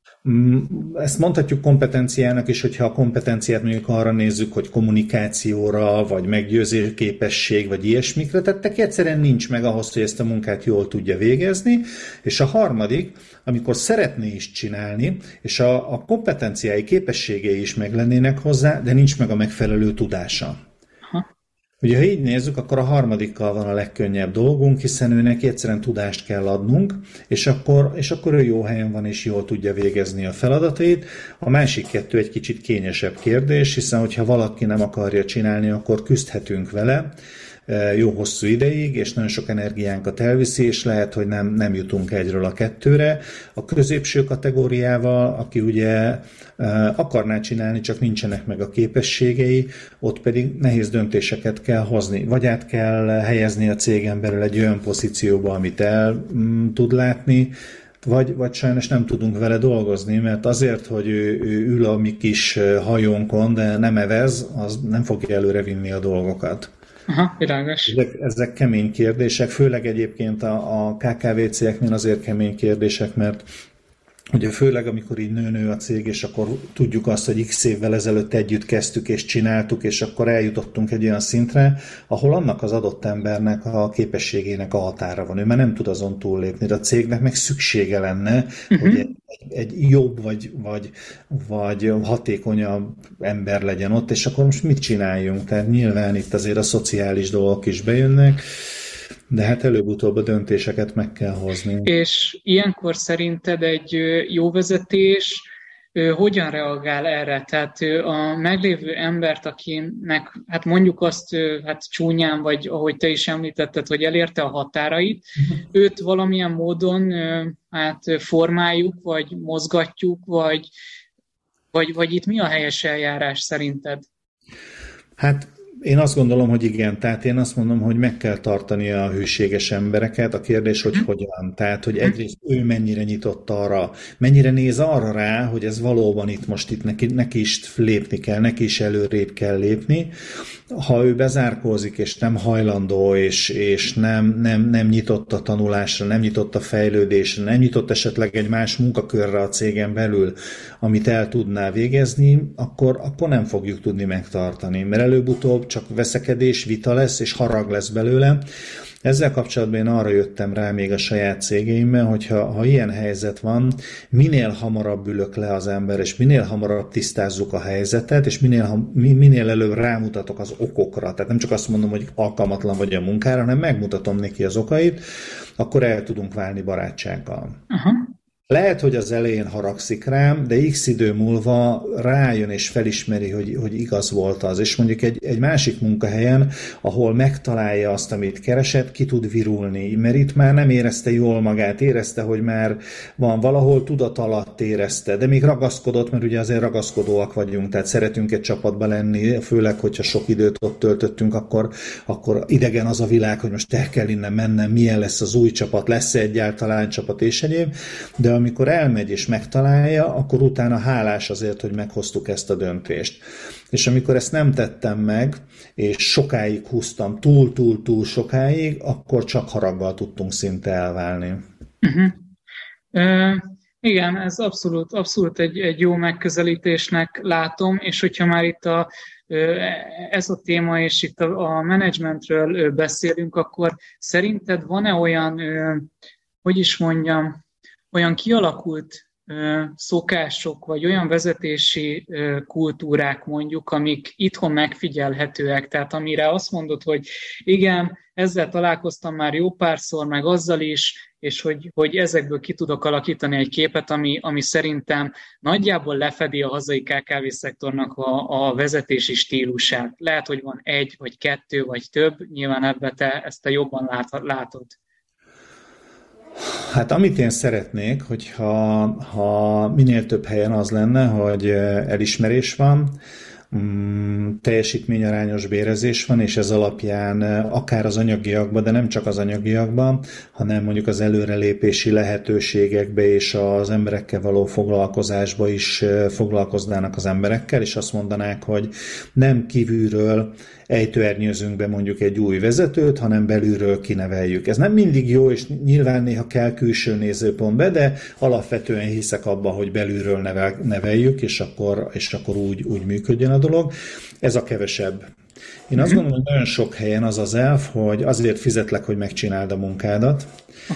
Ezt mondhatjuk kompetenciának is, hogyha a kompetenciát mondjuk arra nézzük, hogy kommunikációra, vagy meggyőző képesség, vagy ilyesmikre, tehát neki egyszerűen nincs meg ahhoz, hogy ezt a munkát jól tudja végezni, és a harmadik, amikor szeretné is csinálni, és a kompetenciái, képességei is meg lennének hozzá, de nincs meg a megfelelő tudása. Ugye, ha így nézzük, akkor a harmadikkal van a legkönnyebb dolgunk, hiszen őnek egyszerűen tudást kell adnunk, és akkor ő jó helyen van, és jól tudja végezni a feladatait. A másik 2 egy kicsit kényesebb kérdés, hiszen hogyha valaki nem akarja csinálni, akkor küzdhetünk vele jó hosszú ideig, és nagyon sok energiánkat elviszi, és lehet, hogy nem jutunk 1-ről a 2-re. A középső kategóriával, aki ugye akarná csinálni, csak nincsenek meg a képességei, ott pedig nehéz döntéseket kell hozni. Vagy át kell helyezni a cégen belül egy olyan pozícióba, amit el tud látni, vagy sajnos nem tudunk vele dolgozni, mert azért, hogy ő ül a mi kis hajónkon, de nem evez, az nem fogja előrevinni a dolgokat. Aha, világos. Ezek kemény kérdések, főleg egyébként a KKV-cégeknél azért kemény kérdések, mert ugye főleg, amikor így nő a cég, és akkor tudjuk azt, hogy x évvel ezelőtt együtt kezdtük és csináltuk, és akkor eljutottunk egy olyan szintre, ahol annak az adott embernek a képességének a határa van. Ő már nem tud azon túllépni, de a cégnek meg szüksége lenne, hogy egy jobb vagy hatékonyabb ember legyen ott, és akkor most mit csináljunk? Tehát nyilván itt azért a szociális dolgok is bejönnek, de hát előbb-utóbb a döntéseket meg kell hozni. És ilyenkor szerinted egy jó vezetés hogyan reagál erre? Tehát a meglévő embert, akinek, hát mondjuk azt hát csúnyán, vagy ahogy te is említetted, hogy elérte a határait, őt valamilyen módon hát formáljuk, vagy mozgatjuk, vagy itt mi a helyes eljárás szerinted? Hát én azt gondolom, hogy igen. Tehát én azt mondom, hogy meg kell tartani a hűséges embereket. A kérdés, hogy hogyan. Tehát, hogy egyrészt ő mennyire nyitott arra, mennyire néz arra rá, hogy ez valóban itt neki is lépni kell, neki is előrébb kell lépni. Ha ő bezárkózik, és nem hajlandó, és nem nyitott a tanulásra, nem nyitott a fejlődésre, nem nyitott esetleg egy más munkakörre a cégen belül, amit el tudná végezni, akkor nem fogjuk tudni megtartani. Mert előbb-utóbb csak veszekedés, vita lesz, és harag lesz belőle. Ezzel kapcsolatban én arra jöttem rá még a saját cégeimmel, hogy ha ilyen helyzet van, minél hamarabb ülök le az ember, és minél hamarabb tisztázzuk a helyzetet, és minél előbb rámutatok az okokra. Tehát nem csak azt mondom, hogy alkalmatlan vagy a munkára, hanem megmutatom neki az okait, akkor el tudunk válni barátsággal. Aha. Lehet, hogy az elején haragszik rám, de x idő múlva rájön és felismeri, hogy igaz volt az. És mondjuk egy másik munkahelyen, ahol megtalálja azt, amit keresett, ki tud virulni. Mert itt már nem érezte jól magát, érezte, hogy már van valahol tudat alatt érezte, de még ragaszkodott, mert ugye azért ragaszkodóak vagyunk, tehát szeretünk egy csapatba lenni, főleg, hogyha sok időt ott töltöttünk, akkor idegen az a világ, hogy most el kell innen mennem, milyen lesz az új csapat, lesz-e egyáltalán csapat és egyéb, de amikor elmegy és megtalálja, akkor utána hálás azért, hogy meghoztuk ezt a döntést. És amikor ezt nem tettem meg, és sokáig húztam, túl sokáig, akkor csak haraggal tudtunk szinte elválni. Igen, ez abszolút egy jó megközelítésnek látom, és hogyha már itt ez a téma, és itt a menedzsmentről beszélünk, akkor szerinted van-e olyan, hogy is mondjam, olyan kialakult szokások, vagy olyan vezetési kultúrák mondjuk, amik itthon megfigyelhetőek, tehát amire azt mondod, hogy igen, ezzel találkoztam már jó párszor, meg azzal is, és hogy ezekből ki tudok alakítani egy képet, ami szerintem nagyjából lefedi a hazai KKV-szektornak a vezetési stílusát. Lehet, hogy van egy, vagy kettő, vagy több, nyilván ebbe te jobban látod. Hát amit én szeretnék, hogyha minél több helyen az lenne, hogy elismerés van, teljesítményarányos bérezés van, és ez alapján akár az anyagiakban, de nem csak az anyagiakban, hanem mondjuk az előrelépési lehetőségekbe és az emberekkel való foglalkozásba is foglalkoznának az emberekkel, és azt mondanák, hogy nem kívülről ejtőernyőzünk be mondjuk egy új vezetőt, hanem belülről kineveljük. Ez nem mindig jó, és nyilván néha kell külső nézőpont be, de alapvetően hiszek abba, hogy belülről neveljük, és akkor úgy működjön a dolog. Ez a kevesebb. Én azt gondolom, hogy nagyon sok helyen az az elv, hogy azért fizetlek, hogy megcsináld a munkádat,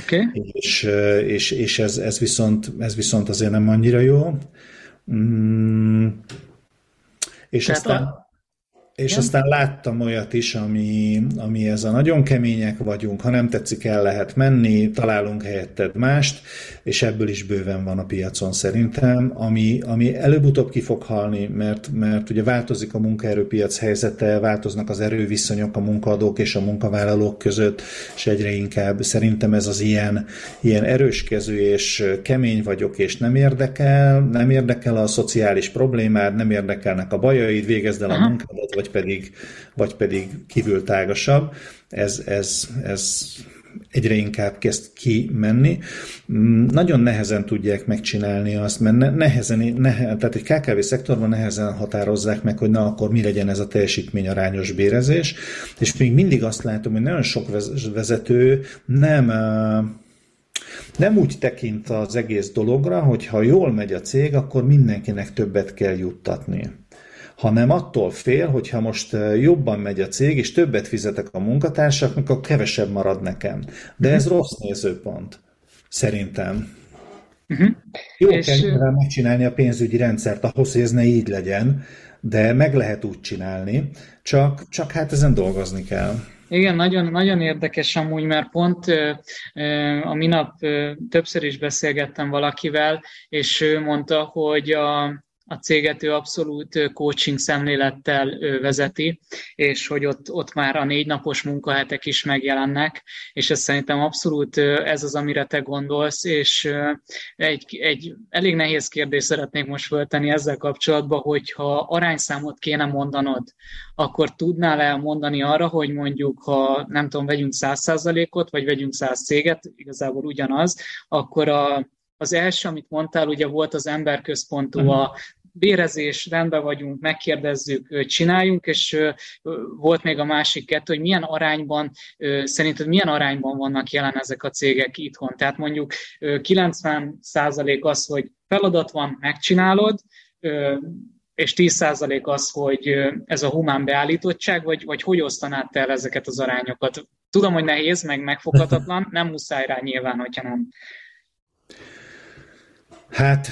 és ez viszont azért nem annyira jó. És aztán láttam olyat is, ami ez a nagyon kemények vagyunk, ha nem tetszik, el lehet menni, találunk helyetted mást, és ebből is bőven van a piacon szerintem, ami előbb-utóbb ki fog halni, mert ugye változik a munkaerőpiac helyzete, változnak az erőviszonyok a munkaadók és a munkavállalók között, és egyre inkább szerintem ez az ilyen erőskező és kemény vagyok, és nem érdekel a szociális problémád, nem érdekelnek a bajaid, végezd el a munkádat, vagy pedig kívültágasabb. Ez egyre inkább kezd kimenni. Nagyon nehezen tudják megcsinálni azt, mert tehát egy KKV-szektorban nehezen határozzák meg, hogy na akkor mi legyen ez a teljesítményarányos bérezés, és még mindig azt látom, hogy nagyon sok vezető nem úgy tekint az egész dologra, hogy ha jól megy a cég, akkor mindenkinek többet kell juttatni, hanem attól fél, hogyha most jobban megy a cég, és többet fizetek a munkatársaknak, akkor kevesebb marad nekem. De ez rossz nézőpont, szerintem. Jó kell megcsinálni a pénzügyi rendszert ahhoz, hogy ez ne így legyen, de meg lehet úgy csinálni, csak hát ezen dolgozni kell. Igen, nagyon, nagyon érdekes amúgy, mert pont a minap többször is beszélgettem valakivel, és ő mondta, hogy a céget ő abszolút coaching szemlélettel vezeti, és hogy ott már a 4 napos munkahetek is megjelennek, és ez szerintem abszolút ez az, amire te gondolsz, és egy elég nehéz kérdést szeretnék most föltenni ezzel kapcsolatban, hogyha arányszámot kéne mondanod, akkor tudnál mondani arra, hogy mondjuk, ha nem tudom, vegyünk 100%-ot, vagy vegyünk 100 céget, igazából ugyanaz, akkor az első, amit mondtál, ugye volt az emberközpontú, a bérezés, rendben vagyunk, megkérdezzük, csináljunk, és volt még a másik kettő, hogy milyen arányban, szerinted milyen arányban vannak jelen ezek a cégek itthon. Tehát mondjuk 90% az, hogy feladat van, megcsinálod, és 10% az, hogy ez a humán beállítottság, vagy hogy osztanád te el ezeket az arányokat? Tudom, hogy nehéz, meg megfoghatatlan, nem muszáj rá nyilván, hogyha nem. Hát,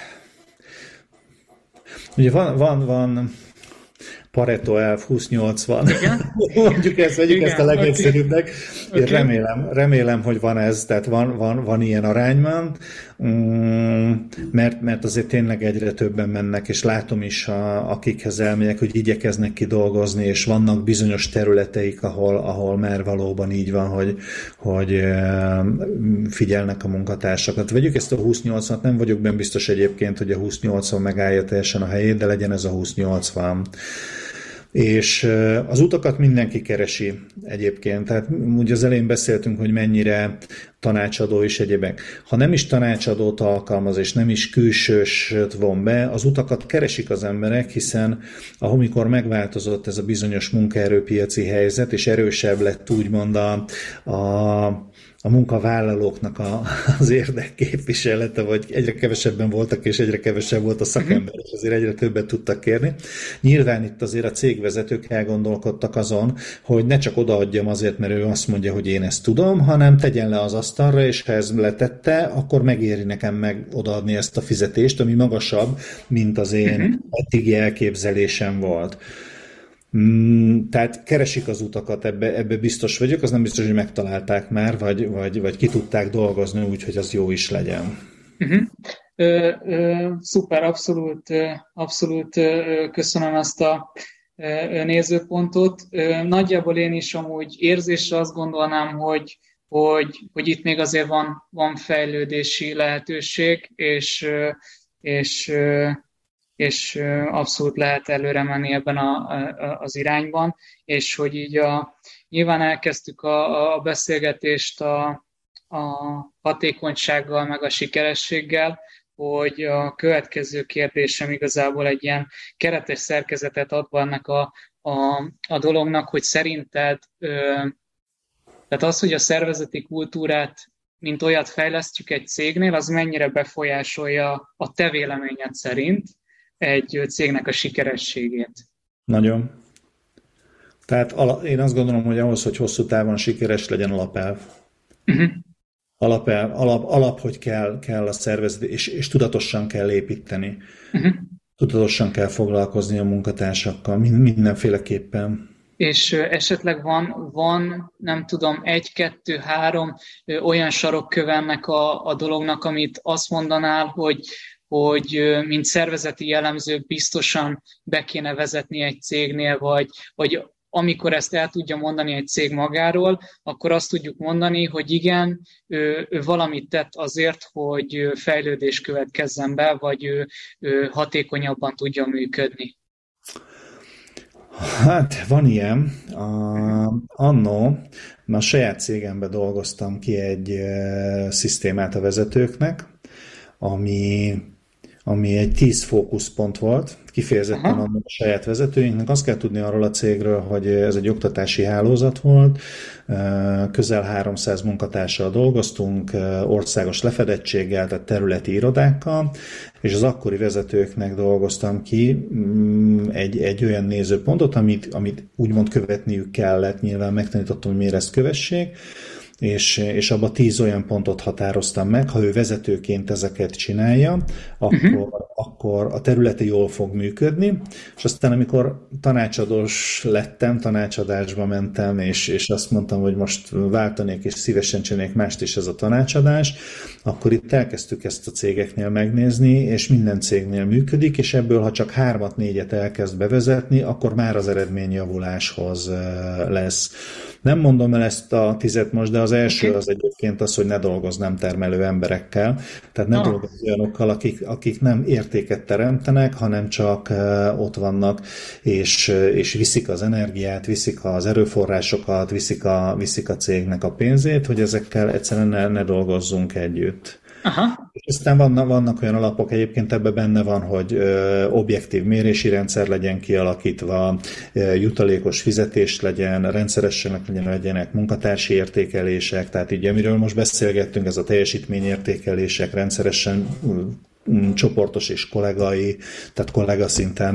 ugye van Pareto elv 20-80. Mondjuk ezt, vegyük ezt a legegyszerűbbnek. Én remélem, hogy van ez, tehát van ilyen arányban, mert azért tényleg egyre többen mennek, és látom is, akikhez elmegyek, hogy igyekeznek kidolgozni, és vannak bizonyos területeik, ahol már valóban így van, hogy figyelnek a munkatársakat. Vegyük ezt a 20-80-at, nem vagyok benne biztos egyébként, hogy a 20-80 megállja teljesen a helyét, de legyen ez a 20-80. És az utakat mindenki keresi egyébként. Tehát ugye az elején beszéltünk, hogy mennyire tanácsadó és egyébek. Ha nem is tanácsadót alkalmaz, és nem is külsős von be, az utakat keresik az emberek, hiszen amikor megváltozott ez a bizonyos munkaerőpiaci helyzet, és erősebb lett úgymond a munkavállalóknak az érdekképviselete, vagy egyre kevesebben voltak, és egyre kevesebb volt a szakember, és azért egyre többet tudtak kérni. Nyilván itt azért a cégvezetők elgondolkodtak azon, hogy ne csak odaadjam azért, mert ő azt mondja, hogy én ezt tudom, hanem tegyen le az asztalra, és ha ez letette, akkor megéri nekem meg odaadni ezt a fizetést, ami magasabb, mint az én eddigi elképzelésem volt. Tehát keresik az utakat, ebbe biztos vagyok, az nem biztos, hogy megtalálták már, vagy ki tudták dolgozni úgy, hogy az jó is legyen. Szuper, abszolút köszönöm ezt a nézőpontot. Nagyjából én is amúgy érzésre azt gondolnám, hogy itt még azért van fejlődési lehetőség, és abszolút lehet előre menni ebben az irányban, és hogy így nyilván elkezdtük a beszélgetést a hatékonysággal, meg a sikerességgel, hogy a következő kérdésem igazából egy ilyen keretes szerkezetet adva ennek a dolognak, hogy szerinted, tehát az, hogy a szervezeti kultúrát mint olyat fejlesztjük egy cégnél, az mennyire befolyásolja a te véleményed szerint egy cégnek a sikerességét? Nagyon. Tehát én azt gondolom, hogy ahhoz, hogy hosszú távon sikeres legyen alapelv. Alap, hogy kell a szervezet, és tudatosan kell építeni. Tudatosan kell foglalkozni a munkatársakkal, mindenféleképpen. És esetleg van, nem tudom, 1, 2, 3 olyan sarokköve ennek a dolognak, amit azt mondanál, hogy mint szervezeti jellemző biztosan be kéne vezetni egy cégnél, vagy amikor ezt el tudja mondani egy cég magáról, akkor azt tudjuk mondani, hogy igen, ő valamit tett azért, hogy fejlődés következzen be, vagy ő hatékonyabban tudja működni. Hát van ilyen. Annó a saját cégemben dolgoztam ki egy szisztémát a vezetőknek, ami egy 10 fókuszpont volt, kifejezetten a saját vezetőinknek. Azt kell tudni arról a cégről, hogy ez egy oktatási hálózat volt, közel 300 munkatársal dolgoztunk, országos lefedettséggel, tehát területi irodákkal, és az akkori vezetőknek dolgoztam ki egy olyan nézőpontot, amit úgymond követniük kellett, nyilván megtanítottam, hogy miért ezt kövessék, és abba 10 olyan pontot határoztam meg, ha ő vezetőként ezeket csinálja, akkor a területe jól fog működni, és aztán amikor tanácsadós lettem, tanácsadásba mentem, és azt mondtam, hogy most váltanék, és szívesen csinálnék mást is ez a tanácsadás, akkor itt elkezdtük ezt a cégeknél megnézni, és minden cégnél működik, és ebből, ha csak 3-4 elkezd bevezetni, akkor már az eredmény javuláshoz lesz. Nem mondom el ezt a 10 most, de az első az egyébként az, hogy ne dolgozz nem termelő emberekkel, tehát ne dolgozz olyanokkal, akik nem értéket teremtenek, hanem csak ott vannak, és viszik az energiát, viszik az erőforrásokat, viszik a cégnek a pénzét, hogy ezekkel egyszerűen ne dolgozzunk együtt. És aztán vannak olyan alapok, egyébként ebben benne van, hogy objektív mérési rendszer legyen kialakítva, jutalékos fizetés legyen, rendszeresen legyenek munkatársi értékelések, tehát így amiről most beszélgettünk, ez a teljesítményértékelések rendszeresen csoportos és kollégai, tehát kollega szinten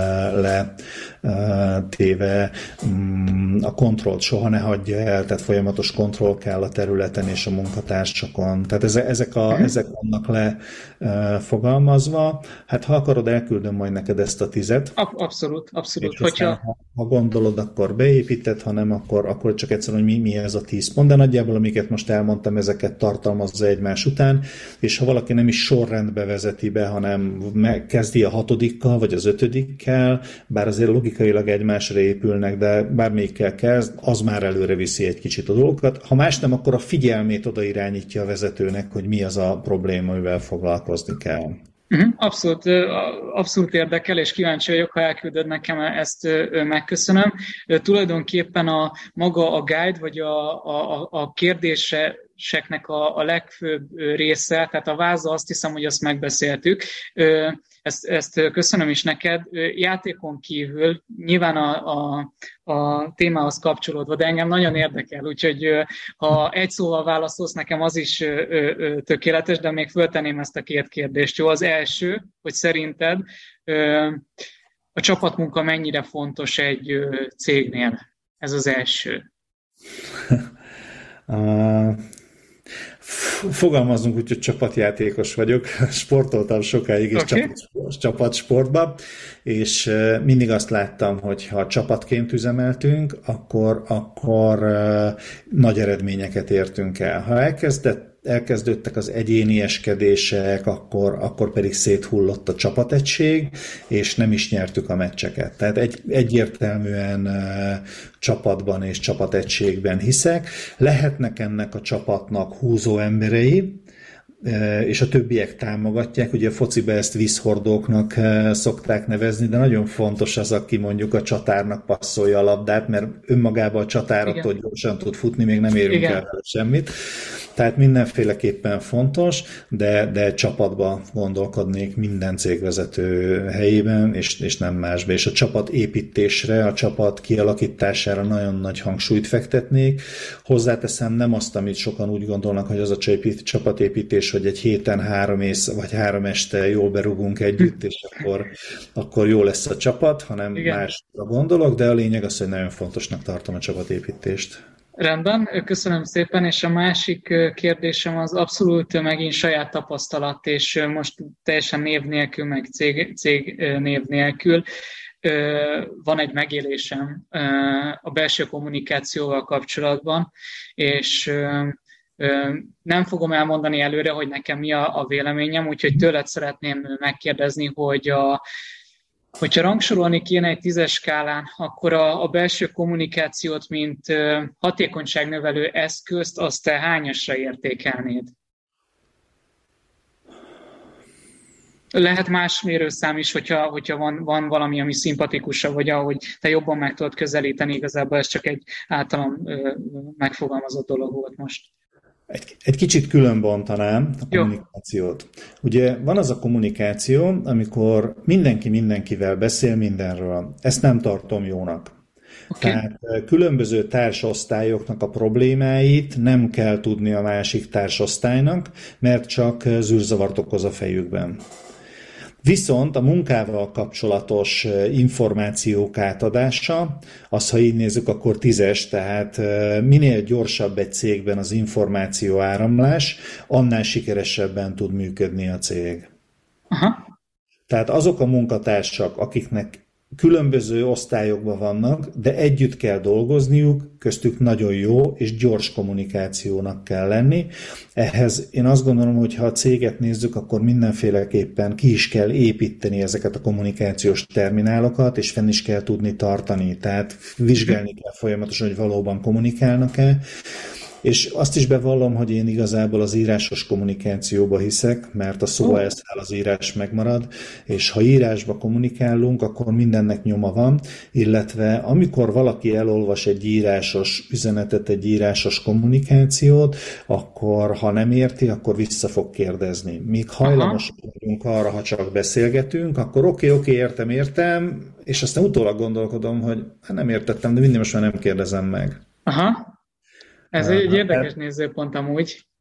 letéve a kontrollt soha ne hagyja el, tehát folyamatos kontroll kell a területen és a munkatársakon. Tehát ezek vannak lefogalmazva. Hát ha akarod, elküldöm majd neked ezt a 10-et. Abszolút. És aztán, ha gondolod, akkor beépíted, ha nem, akkor csak egyszerűen, hogy mi ez a 10 pont. De nagyjából, amiket most elmondtam, ezeket tartalmazza egymás után, és ha valaki nem is sorrendbe vezeti be, hanem kezdi a 6-dikkal, vagy az 5-dikkel, bár azért logikailag egymásra épülnek, de bármelyikkel kezd, az már előre viszi egy kicsit a dolgokat. Ha más nem, akkor a figyelmét oda irányítja a vezetőnek, hogy mi az a probléma, amivel foglalkozni kell. Abszolút érdekel, és kíváncsi vagyok, ha elküldöd nekem, ezt megköszönöm. Tulajdonképpen maga a guide, vagy a kérdéseknek a legfőbb része, tehát a váza, azt hiszem, hogy azt megbeszéltük. Ezt köszönöm is neked. Játékon kívül, nyilván a témához kapcsolódva, de engem nagyon érdekel, úgyhogy ha egy szóval válaszolsz, nekem az is tökéletes, de még föltenném ezt a 2 kérdést. Jó, az első, hogy szerinted a csapatmunka mennyire fontos egy cégnél? Ez az első. Fogalmazunk úgy, hogy csapatjátékos vagyok, sportoltam sokáig is csapatsportban, és mindig azt láttam, hogy ha csapatként üzemeltünk, akkor nagy eredményeket értünk el. Ha elkezdődtek az egyénieskedések, akkor pedig széthullott a csapategység, és nem is nyertük a meccseket. Tehát egyértelműen csapatban és csapategységben hiszek. Lehetnek ennek a csapatnak húzó emberei, és a többiek támogatják. Ugye a fociba ezt vízhordóknak szokták nevezni, de nagyon fontos az, aki mondjuk a csatárnak passzolja a labdát, mert önmagában a csatár attól gyorsan tud futni, még nem érünk el vele semmit. Tehát mindenféleképpen fontos, de csapatba gondolkodnék minden cégvezető helyében, és nem másba. És a csapat építésre, a csapat kialakítására nagyon nagy hangsúlyt fektetnék. Hozzáteszem, nem azt, amit sokan úgy gondolnak, hogy az a csapatépítés, hogy egy héten 3 este jól berugunk együtt, és akkor jó lesz a csapat, hanem másra gondolok, de a lényeg az, hogy nagyon fontosnak tartom a csapatépítést. Rendben, köszönöm szépen, és a másik kérdésem az abszolút megint saját tapasztalat, és most teljesen név nélkül, meg cég név nélkül. Van egy megélésem a belső kommunikációval kapcsolatban, és nem fogom elmondani előre, hogy nekem mi a véleményem, úgyhogy tőled szeretném megkérdezni, hogyha rangsorolni kéne egy 10-es skálán, akkor a belső kommunikációt, mint hatékonyságnövelő eszközt, azt te hányasra értékelnéd? Lehet más mérőszám is, hogyha van valami, ami szimpatikusabb, vagy ahogy te jobban meg tudod közelíteni, igazából ez csak egy általam megfogalmazott dolog volt most. Egy kicsit külön bontanám a kommunikációt. Ugye van az a kommunikáció, amikor mindenki mindenkivel beszél mindenről. Ezt nem tartom jónak. Okay. Tehát különböző társosztályoknak a problémáit nem kell tudni a másik társosztálynak, mert csak zűrzavart okoz a fejükben. Viszont a munkával kapcsolatos információk átadása, az, ha így nézzük, akkor 10-es, tehát minél gyorsabb egy cégben az információ áramlás, annál sikeresebben tud működni a cég. Aha. Tehát azok a munkatársak, akiknek különböző osztályokban vannak, de együtt kell dolgozniuk, köztük nagyon jó és gyors kommunikációnak kell lenni. Ehhez én azt gondolom, hogy ha a céget nézzük, akkor mindenféleképpen ki is kell építeni ezeket a kommunikációs terminálokat, és fenn is kell tudni tartani. Tehát vizsgálni kell folyamatosan, hogy valóban kommunikálnak-e. És azt is bevallom, hogy én igazából az írásos kommunikációba hiszek, mert a szó elszáll, az írás megmarad, és ha írásba kommunikálunk, akkor mindennek nyoma van, illetve amikor valaki elolvas egy írásos üzenetet, egy írásos kommunikációt, akkor ha nem érti, akkor vissza fog kérdezni. Míg hajlamosak vagyunk arra, ha csak beszélgetünk, akkor oké, értem, és aztán utólag gondolkodom, hogy nem értettem, de mindig most már nem kérdezem meg. Aha. Ez egy érdekes nézőpont amúgy.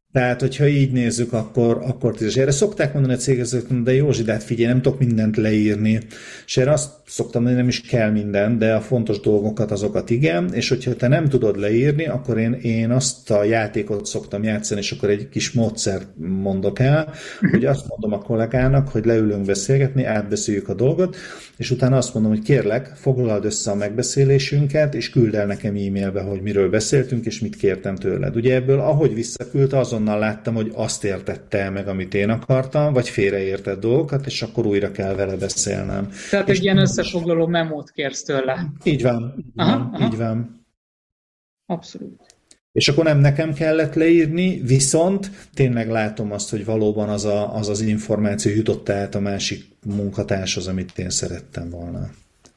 Tehát, hogyha így nézzük, akkor 10. Erre szokták mondani a cégvezetők, de Józsi, de hát figyelj, nem tudok mindent leírni. És erre azt szoktam mondani, nem is kell minden, de a fontos dolgokat, azokat igen, és hogyha te nem tudod leírni, akkor én azt a játékot szoktam játszani, és akkor egy kis módszert mondok el, hogy azt mondom a kollégának, hogy leülünk beszélgetni, átbeszéljük a dolgot, és utána azt mondom, hogy kérlek, foglald össze a megbeszélésünket, és küld el nekem e-mailbe, hogy miről beszéltünk, és mit kértem tőled. Ugye ebből, ahogy visszaküldte, azonnal láttam, hogy azt értette meg, amit én akartam, vagy félreértett dolgokat, és akkor újra kell vele beszélnem. Tehát egy ilyen összefoglaló memót kérsz tőle. Így van, így van. Abszolút. És akkor nem nekem kellett leírni, viszont tényleg látom azt, hogy valóban az információ jutott át a másik munkatárshoz, amit én szerettem volna.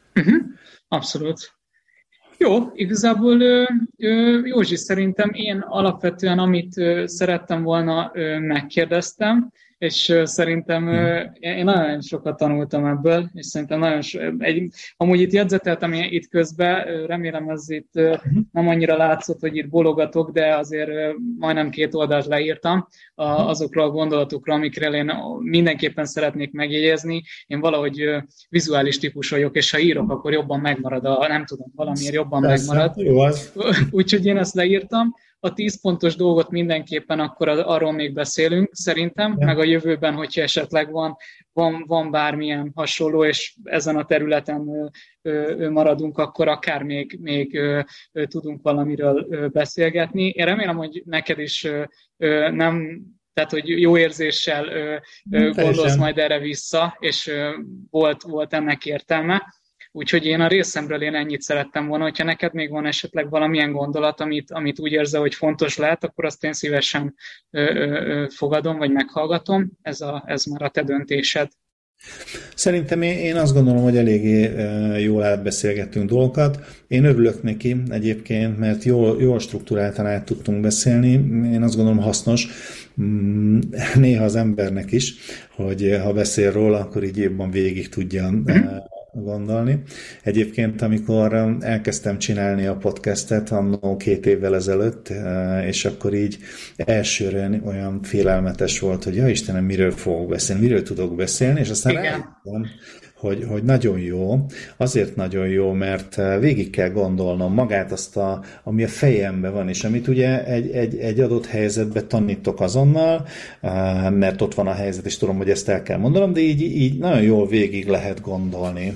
Abszolút. Jó, igazából Józsi, szerintem én alapvetően amit szerettem volna megkérdeztem, és szerintem én nagyon sokat tanultam ebből, és szerintem amúgy itt jegyzeteltem itt közben, remélem ez itt nem annyira látszott, hogy itt bologatok, de azért majdnem 2 oldalt leírtam azokról a gondolatokról, amikről én mindenképpen szeretnék megjegyezni. Én valahogy vizuális típus vagyok, és ha írok, akkor jobban megmarad, nem tudom, valamiért jobban megmarad. Úgyhogy én ezt leírtam. A 10 pontos dolgot mindenképpen akkor arról még beszélünk, szerintem, meg a jövőben, hogyha esetleg van bármilyen hasonló, és ezen a területen maradunk, akkor akár még tudunk valamiről beszélgetni. Én remélem, hogy neked is nem, tehát hogy jó érzéssel gondolsz majd erre vissza, és volt ennek értelme. Úgyhogy én a részemről ennyit szerettem volna, hogyha neked még van esetleg valamilyen gondolat, amit úgy érzel, hogy fontos lehet, akkor azt én szívesen fogadom, vagy meghallgatom. Ez már a te döntésed. Szerintem én azt gondolom, hogy eléggé jól átbeszélgettünk dolgokat. Én örülök neki egyébként, mert jól struktúráltan át tudtunk beszélni. Én azt gondolom hasznos néha az embernek is, hogy ha beszél róla, akkor így jobban végig tudja gondolni. Egyébként, amikor elkezdtem csinálni a podcastet annó 2 évvel ezelőtt, és akkor így elsőre olyan félelmetes volt, hogy ja Istenem, miről fogok beszélni, miről tudok beszélni, és aztán rájöttem, hogy nagyon jó. Azért nagyon jó, mert végig kell gondolnom magát azt, ami a fejemben van, és amit ugye egy adott helyzetben tanítok azonnal, mert ott van a helyzet, és tudom, hogy ezt el kell mondanom, de így nagyon jól végig lehet gondolni.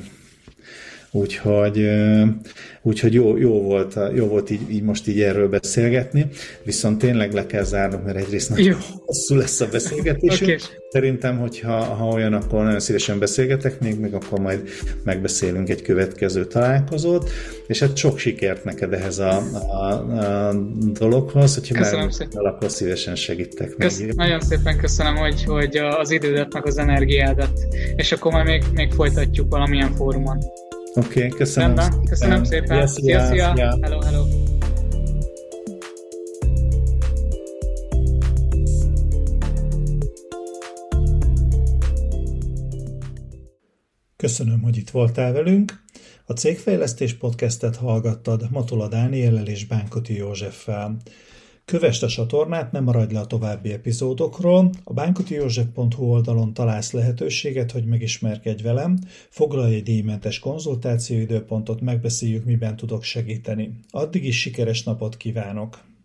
Úgyhogy jó volt így most így erről beszélgetni, viszont tényleg le kell zárnunk, mert egyrészt nagyon hosszú lesz a beszélgetésünk. Okay. Szerintem, hogyha olyan, akkor nagyon szívesen beszélgetek még akkor majd megbeszélünk egy következő találkozót, és hát sok sikert neked ehhez a dologhoz, hogyha köszönöm már akkor szívesen segítek. Nagyon szépen köszönöm, hogy az idődet, meg az energiádat, és akkor majd még folytatjuk valamilyen fórumon. Oké, köszönöm. Köszönöm szépen. Szia. Hello. Köszönöm, hogy itt voltál velünk. A Cégfejlesztés podcastet hallgattad Matula Dániellel és Bánkoti Józseffel. Kövesd a csatornát, ne maradj le a további epizódokról. A bánkotijózsef.hu oldalon találsz lehetőséget, hogy megismerkedj velem, foglalj egy díjmentes konzultációidőpontot, megbeszéljük, miben tudok segíteni. Addig is sikeres napot kívánok!